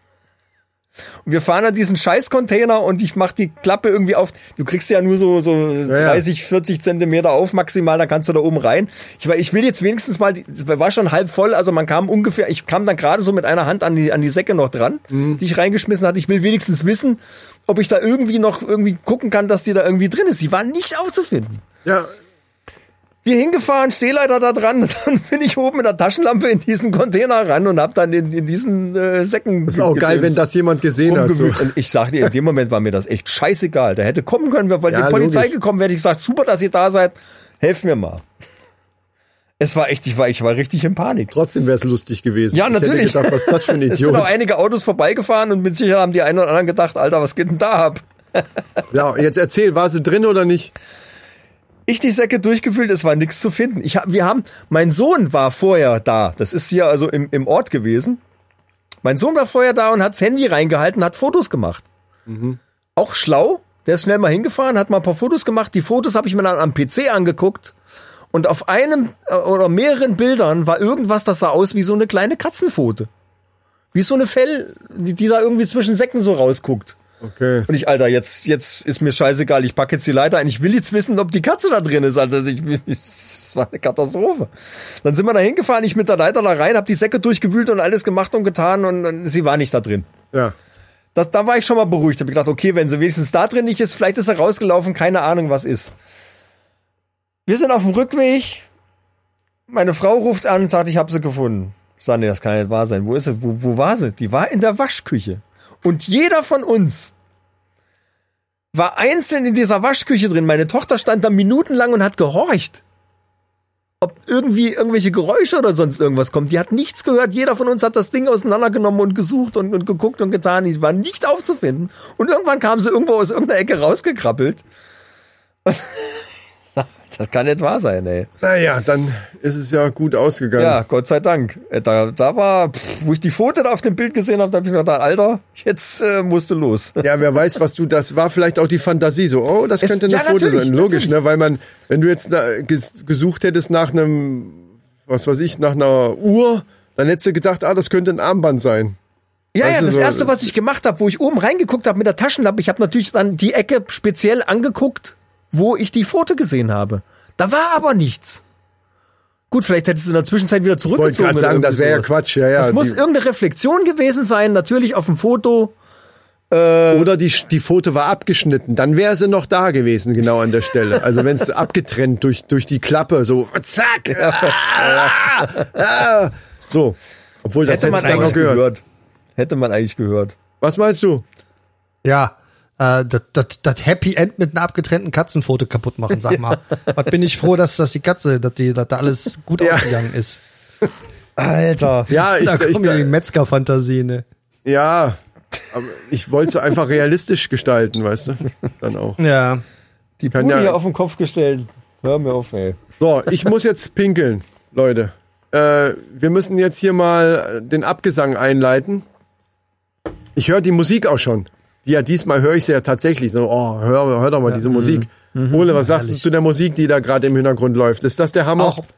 Und wir fahren an diesen Scheiß-Container und ich mach die Klappe irgendwie auf. Du kriegst ja nur so, so ja, dreißig, vierzig Zentimeter auf maximal, dann kannst du da oben rein. Ich, ich will jetzt wenigstens mal, es war schon halb voll, also man kam ungefähr, ich kam dann gerade so mit einer Hand an die, an die Säcke noch dran, mhm. die ich reingeschmissen hatte. Ich will wenigstens wissen, ob ich da irgendwie noch irgendwie gucken kann, dass die da irgendwie drin ist. Sie war nicht aufzufinden. Ja. Wir hingefahren, Stehleiter da dran, und dann bin ich oben mit der Taschenlampe in diesen Container ran und hab dann in, in diesen äh, Säcken... Das ist auch geil, wenn das jemand gesehen hat. So. Und ich sag dir, in dem Moment war mir das echt scheißegal. Da hätte kommen können, weil ja, die Polizei logisch. gekommen wäre. Ich gesagt, super, dass ihr da seid, helft mir mal. Es war echt, ich war, ich war richtig in Panik. Trotzdem wäre es lustig gewesen. Ja, natürlich. Ich hätte gedacht, was ist das für ein Idiot? Es sind auch einige Autos vorbeigefahren und mit Sicherheit haben die einen oder anderen gedacht, Alter, was geht denn da ab? Ja, jetzt erzähl, war sie drin oder nicht? Ich die Säcke durchgefüllt, es war nichts zu finden. Ich hab, wir haben, mein Sohn war vorher da. Das ist hier also im, im Ort gewesen. Mein Sohn war vorher da und hat's Handy reingehalten, hat Fotos gemacht. Mhm. Auch schlau. Der ist schnell mal hingefahren, hat mal ein paar Fotos gemacht. Die Fotos habe ich mir dann am P C angeguckt. Und auf einem oder mehreren Bildern war irgendwas, das sah aus wie so eine kleine Katzenpfote. Wie so eine Fell, die, die da irgendwie zwischen Säcken so rausguckt. Okay. Und ich, Alter, jetzt, jetzt ist mir scheißegal, ich packe jetzt die Leiter ein. Ich will jetzt wissen, ob die Katze da drin ist, Alter. Ich, das war eine Katastrophe. Dann sind wir da hingefahren, ich mit der Leiter da rein, hab die Säcke durchgewühlt und alles gemacht und getan und, und sie war nicht da drin. Ja. Das, da war ich schon mal beruhigt. Hab ich gedacht, okay, wenn sie wenigstens da drin nicht ist, vielleicht ist er rausgelaufen, keine Ahnung, was ist. Wir sind auf dem Rückweg. Meine Frau ruft an und sagt, ich habe sie gefunden. Ich sage, nee, das kann nicht wahr sein. Wo ist sie? Wo, wo war sie? Die war in der Waschküche. Und jeder von uns war einzeln in dieser Waschküche drin. Meine Tochter stand da minutenlang und hat gehorcht, ob irgendwie irgendwelche Geräusche oder sonst irgendwas kommt. Die hat nichts gehört. Jeder von uns hat das Ding auseinandergenommen und gesucht und, und geguckt und getan. Die war nicht aufzufinden. Und irgendwann kam sie irgendwo aus irgendeiner Ecke rausgekrabbelt. Das kann nicht wahr sein, ey. Naja, dann ist es ja gut ausgegangen. Ja, Gott sei Dank. Da, da war, pff, wo ich die Fotos auf dem Bild gesehen habe, da habe ich mir gedacht, Alter, jetzt äh, musst du los. Ja, wer weiß, was du, das war vielleicht auch die Fantasie so, oh, das Es, könnte eine ja, Foto sein. Logisch, natürlich. ne, weil man, wenn du jetzt na, ges, gesucht hättest nach einem, was weiß ich, nach einer Uhr, dann hättest du gedacht, ah, das könnte ein Armband sein. Ja, Weißt ja, du, das so- erste, was ich gemacht habe, wo ich oben reingeguckt habe mit der Taschenlampe, ich habe natürlich dann die Ecke speziell angeguckt, wo ich die Foto gesehen habe. Da war aber nichts. Gut, vielleicht hättest du in der Zwischenzeit wieder Ich wollte zurückgezogen. gerade oder sagen, das irgendwie wäre ja sowas. Quatsch, ja, ja. Das muss die, irgendeine Reflexion gewesen sein, natürlich auf dem Foto. oder die, die Foto war abgeschnitten, dann wäre sie noch da gewesen, genau an der Stelle. Also wenn es abgetrennt durch, durch die Klappe, so, zack, ah, ah, so. Obwohl, das Hätte man hättest du eigentlich noch gehört. gehört. Hätte man eigentlich gehört. Was meinst du? Ja, äh, das, das, das Happy End mit einer abgetrennten Katzenfoto kaputt machen, sag mal. Was bin ich froh, dass das die Katze, dass, die, dass da alles gut Ja. ausgegangen ist. Alter. Ja, ich, Da ich, kommen ja die Metzger-Fantasie, ne? ja, aber ich wollte es einfach realistisch gestalten, weißt du? Dann auch. Ja. Die Kann Bude ja- hier auf den Kopf gestellt. Hör mir auf, ey. So, ich muss jetzt pinkeln, Leute. Äh, wir müssen jetzt hier mal den Abgesang einleiten. Ich höre die Musik auch schon. Die ja, diesmal höre ich sie ja tatsächlich. So, oh, hör, hör doch mal diese Musik. Ole, was sagst du zu der Musik, die da gerade im Hintergrund läuft? Ist das der Hammer? Auch,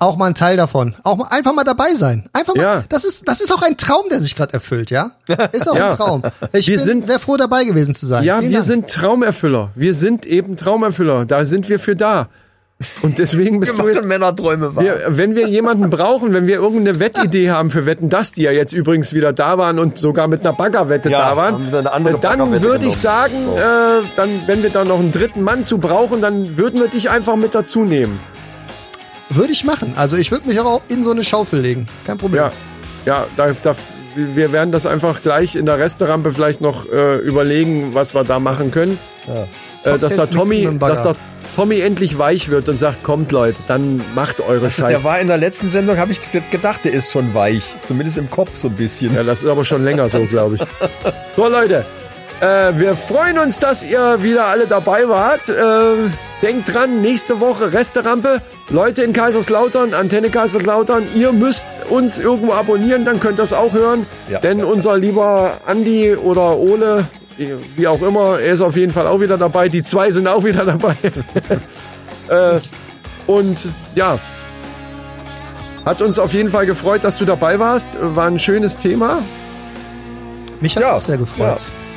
auch mal ein Teil davon. Auch mal, einfach mal dabei sein. Einfach mal, Ja. das ist, das ist auch ein Traum, der sich gerade erfüllt, ja? Ist auch Ja. ein Traum. Ich Wir bin sind- sehr froh, dabei gewesen zu sein. Ja, Vielen wir Dank. sind Traumerfüller. Wir sind eben Traumerfüller. Da sind wir für da. Und deswegen bist Wir du jetzt... machen Männerträume wahr. Wir, wenn wir jemanden brauchen, wenn wir irgendeine Wettidee haben für Wetten, dass die ja jetzt übrigens wieder da waren und sogar mit einer Baggerwette Ja, da waren, haben wir eine andere dann Baggerwette würde ich genommen. sagen, So. äh, dann, wenn wir da noch einen dritten Mann zu brauchen, dann würden wir dich einfach mit dazu nehmen. Würde ich machen. Also ich würde mich aber auch in so eine Schaufel legen. Kein Problem. Ja, ja, da, da, wir werden das einfach gleich in der Resterampe vielleicht noch äh, überlegen, was wir da machen können. Äh, dass da Cocktails Tommy, mixen mit dem Bagger. dass da Tommy endlich weich wird und sagt, kommt Leute, dann macht eure Also, Scheiße. der war in der letzten Sendung, habe ich gedacht, der ist schon weich. Zumindest im Kopf so ein bisschen. Ja, das ist aber schon länger so, glaube ich. So, Leute, äh, wir freuen uns, dass ihr wieder alle dabei wart. Äh, denkt dran, nächste Woche Resterampe. Leute in Kaiserslautern, Antenne Kaiserslautern, ihr müsst uns irgendwo abonnieren, dann könnt ihr das auch hören. Ja. Denn unser lieber Andi oder Ole, wie auch immer, er ist auf jeden Fall auch wieder dabei. Die zwei sind auch wieder dabei. äh, und ja, hat uns auf jeden Fall gefreut, dass du dabei warst. War ein schönes Thema. Mich hat's Ja, auch sehr gefreut.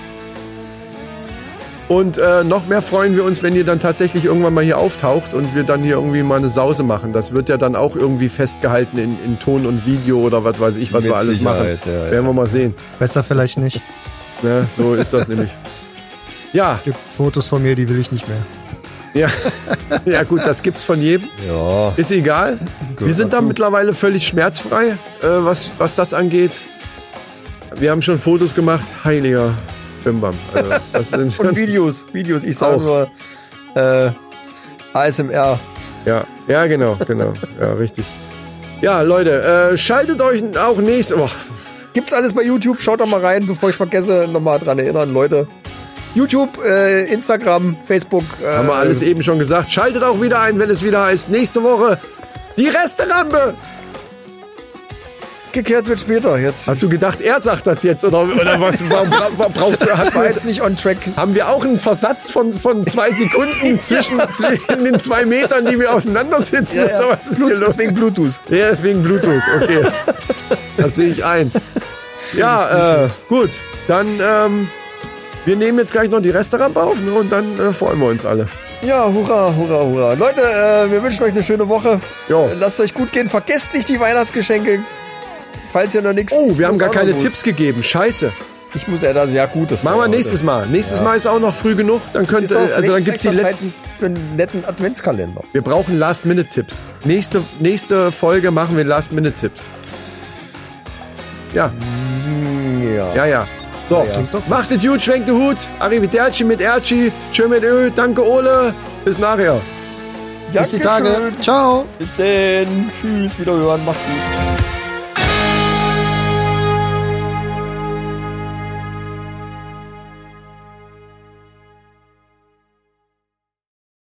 Und äh, noch mehr freuen wir uns, wenn ihr dann tatsächlich irgendwann mal hier auftaucht und wir dann hier irgendwie mal eine Sause machen. Das wird ja dann auch irgendwie festgehalten in, in Ton und Video oder was weiß ich, was Mit wir alles Sicherheit, machen. ja, ja. Werden wir mal sehen. Besser vielleicht nicht. Ne, so ist das nämlich. Ja, Gibt Fotos von mir, die will ich nicht mehr. ja, ja gut, das gibt's von jedem. Ja. Ist egal. Wir sind da mittlerweile völlig schmerzfrei, äh, was, was das angeht. Wir haben schon Fotos gemacht. Heiliger Bimbam. Also, das sind schon, Und Videos, Videos. Ich sage Auch. nur äh, A S M R. Ja, ja, genau, genau. Ja, richtig. Ja, Leute, äh, schaltet euch auch nächste Woche. Gibt's alles bei YouTube? Schaut doch mal rein, bevor ich vergesse, nochmal dran erinnern, Leute. YouTube, äh, Instagram, Facebook. Äh, Haben wir alles eben schon gesagt. Schaltet auch wieder ein, wenn es wieder heißt, nächste Woche die Resterampe. Gekehrt wird später. Jetzt Hast du gedacht, er sagt das jetzt oder, oder was? Warum bra bra braucht er? Hast du war jetzt, jetzt nicht on track. haben wir auch einen Versatz von, von zwei Sekunden zwischen, zwischen den zwei Metern, die wir auseinandersitzen? Ja, ja. Oder was ist hier Blut, los? deswegen Bluetooth. Ja, deswegen Bluetooth, okay. Das sehe ich ein. Ja, äh, gut. Dann, ähm, wir nehmen jetzt gleich noch die Resterampe auf, ne, und dann äh, freuen wir uns alle. Ja, hurra, hurra, hurra. Leute, äh, wir wünschen euch eine schöne Woche. Jo. Äh, Lasst euch gut gehen. Vergesst nicht die Weihnachtsgeschenke. Falls ihr noch nichts... Oh, wir haben muss gar auch noch keine los. Tipps gegeben. Scheiße. Ich muss ja das, ja gut, das Machen war wir ja nächstes heute. Mal. Nächstes Mal ist auch noch früh genug. Dann könnt Ist ihr, auch also dann vielleicht gibt's die extra letzten. Zeit für einen netten Adventskalender. Wir brauchen Last-Minute-Tipps. Nächste, nächste Folge machen wir Last-Minute-Tipps. Ja, Ja. ja, ja. So, macht es gut, schwenkt den Hut. Arrivederci mit Erci. Tschö mit Ö. Danke, Ole. Bis nachher. Bis die Tage. Ciao. Bis denn. Tschüss, wiederhören. Macht's gut.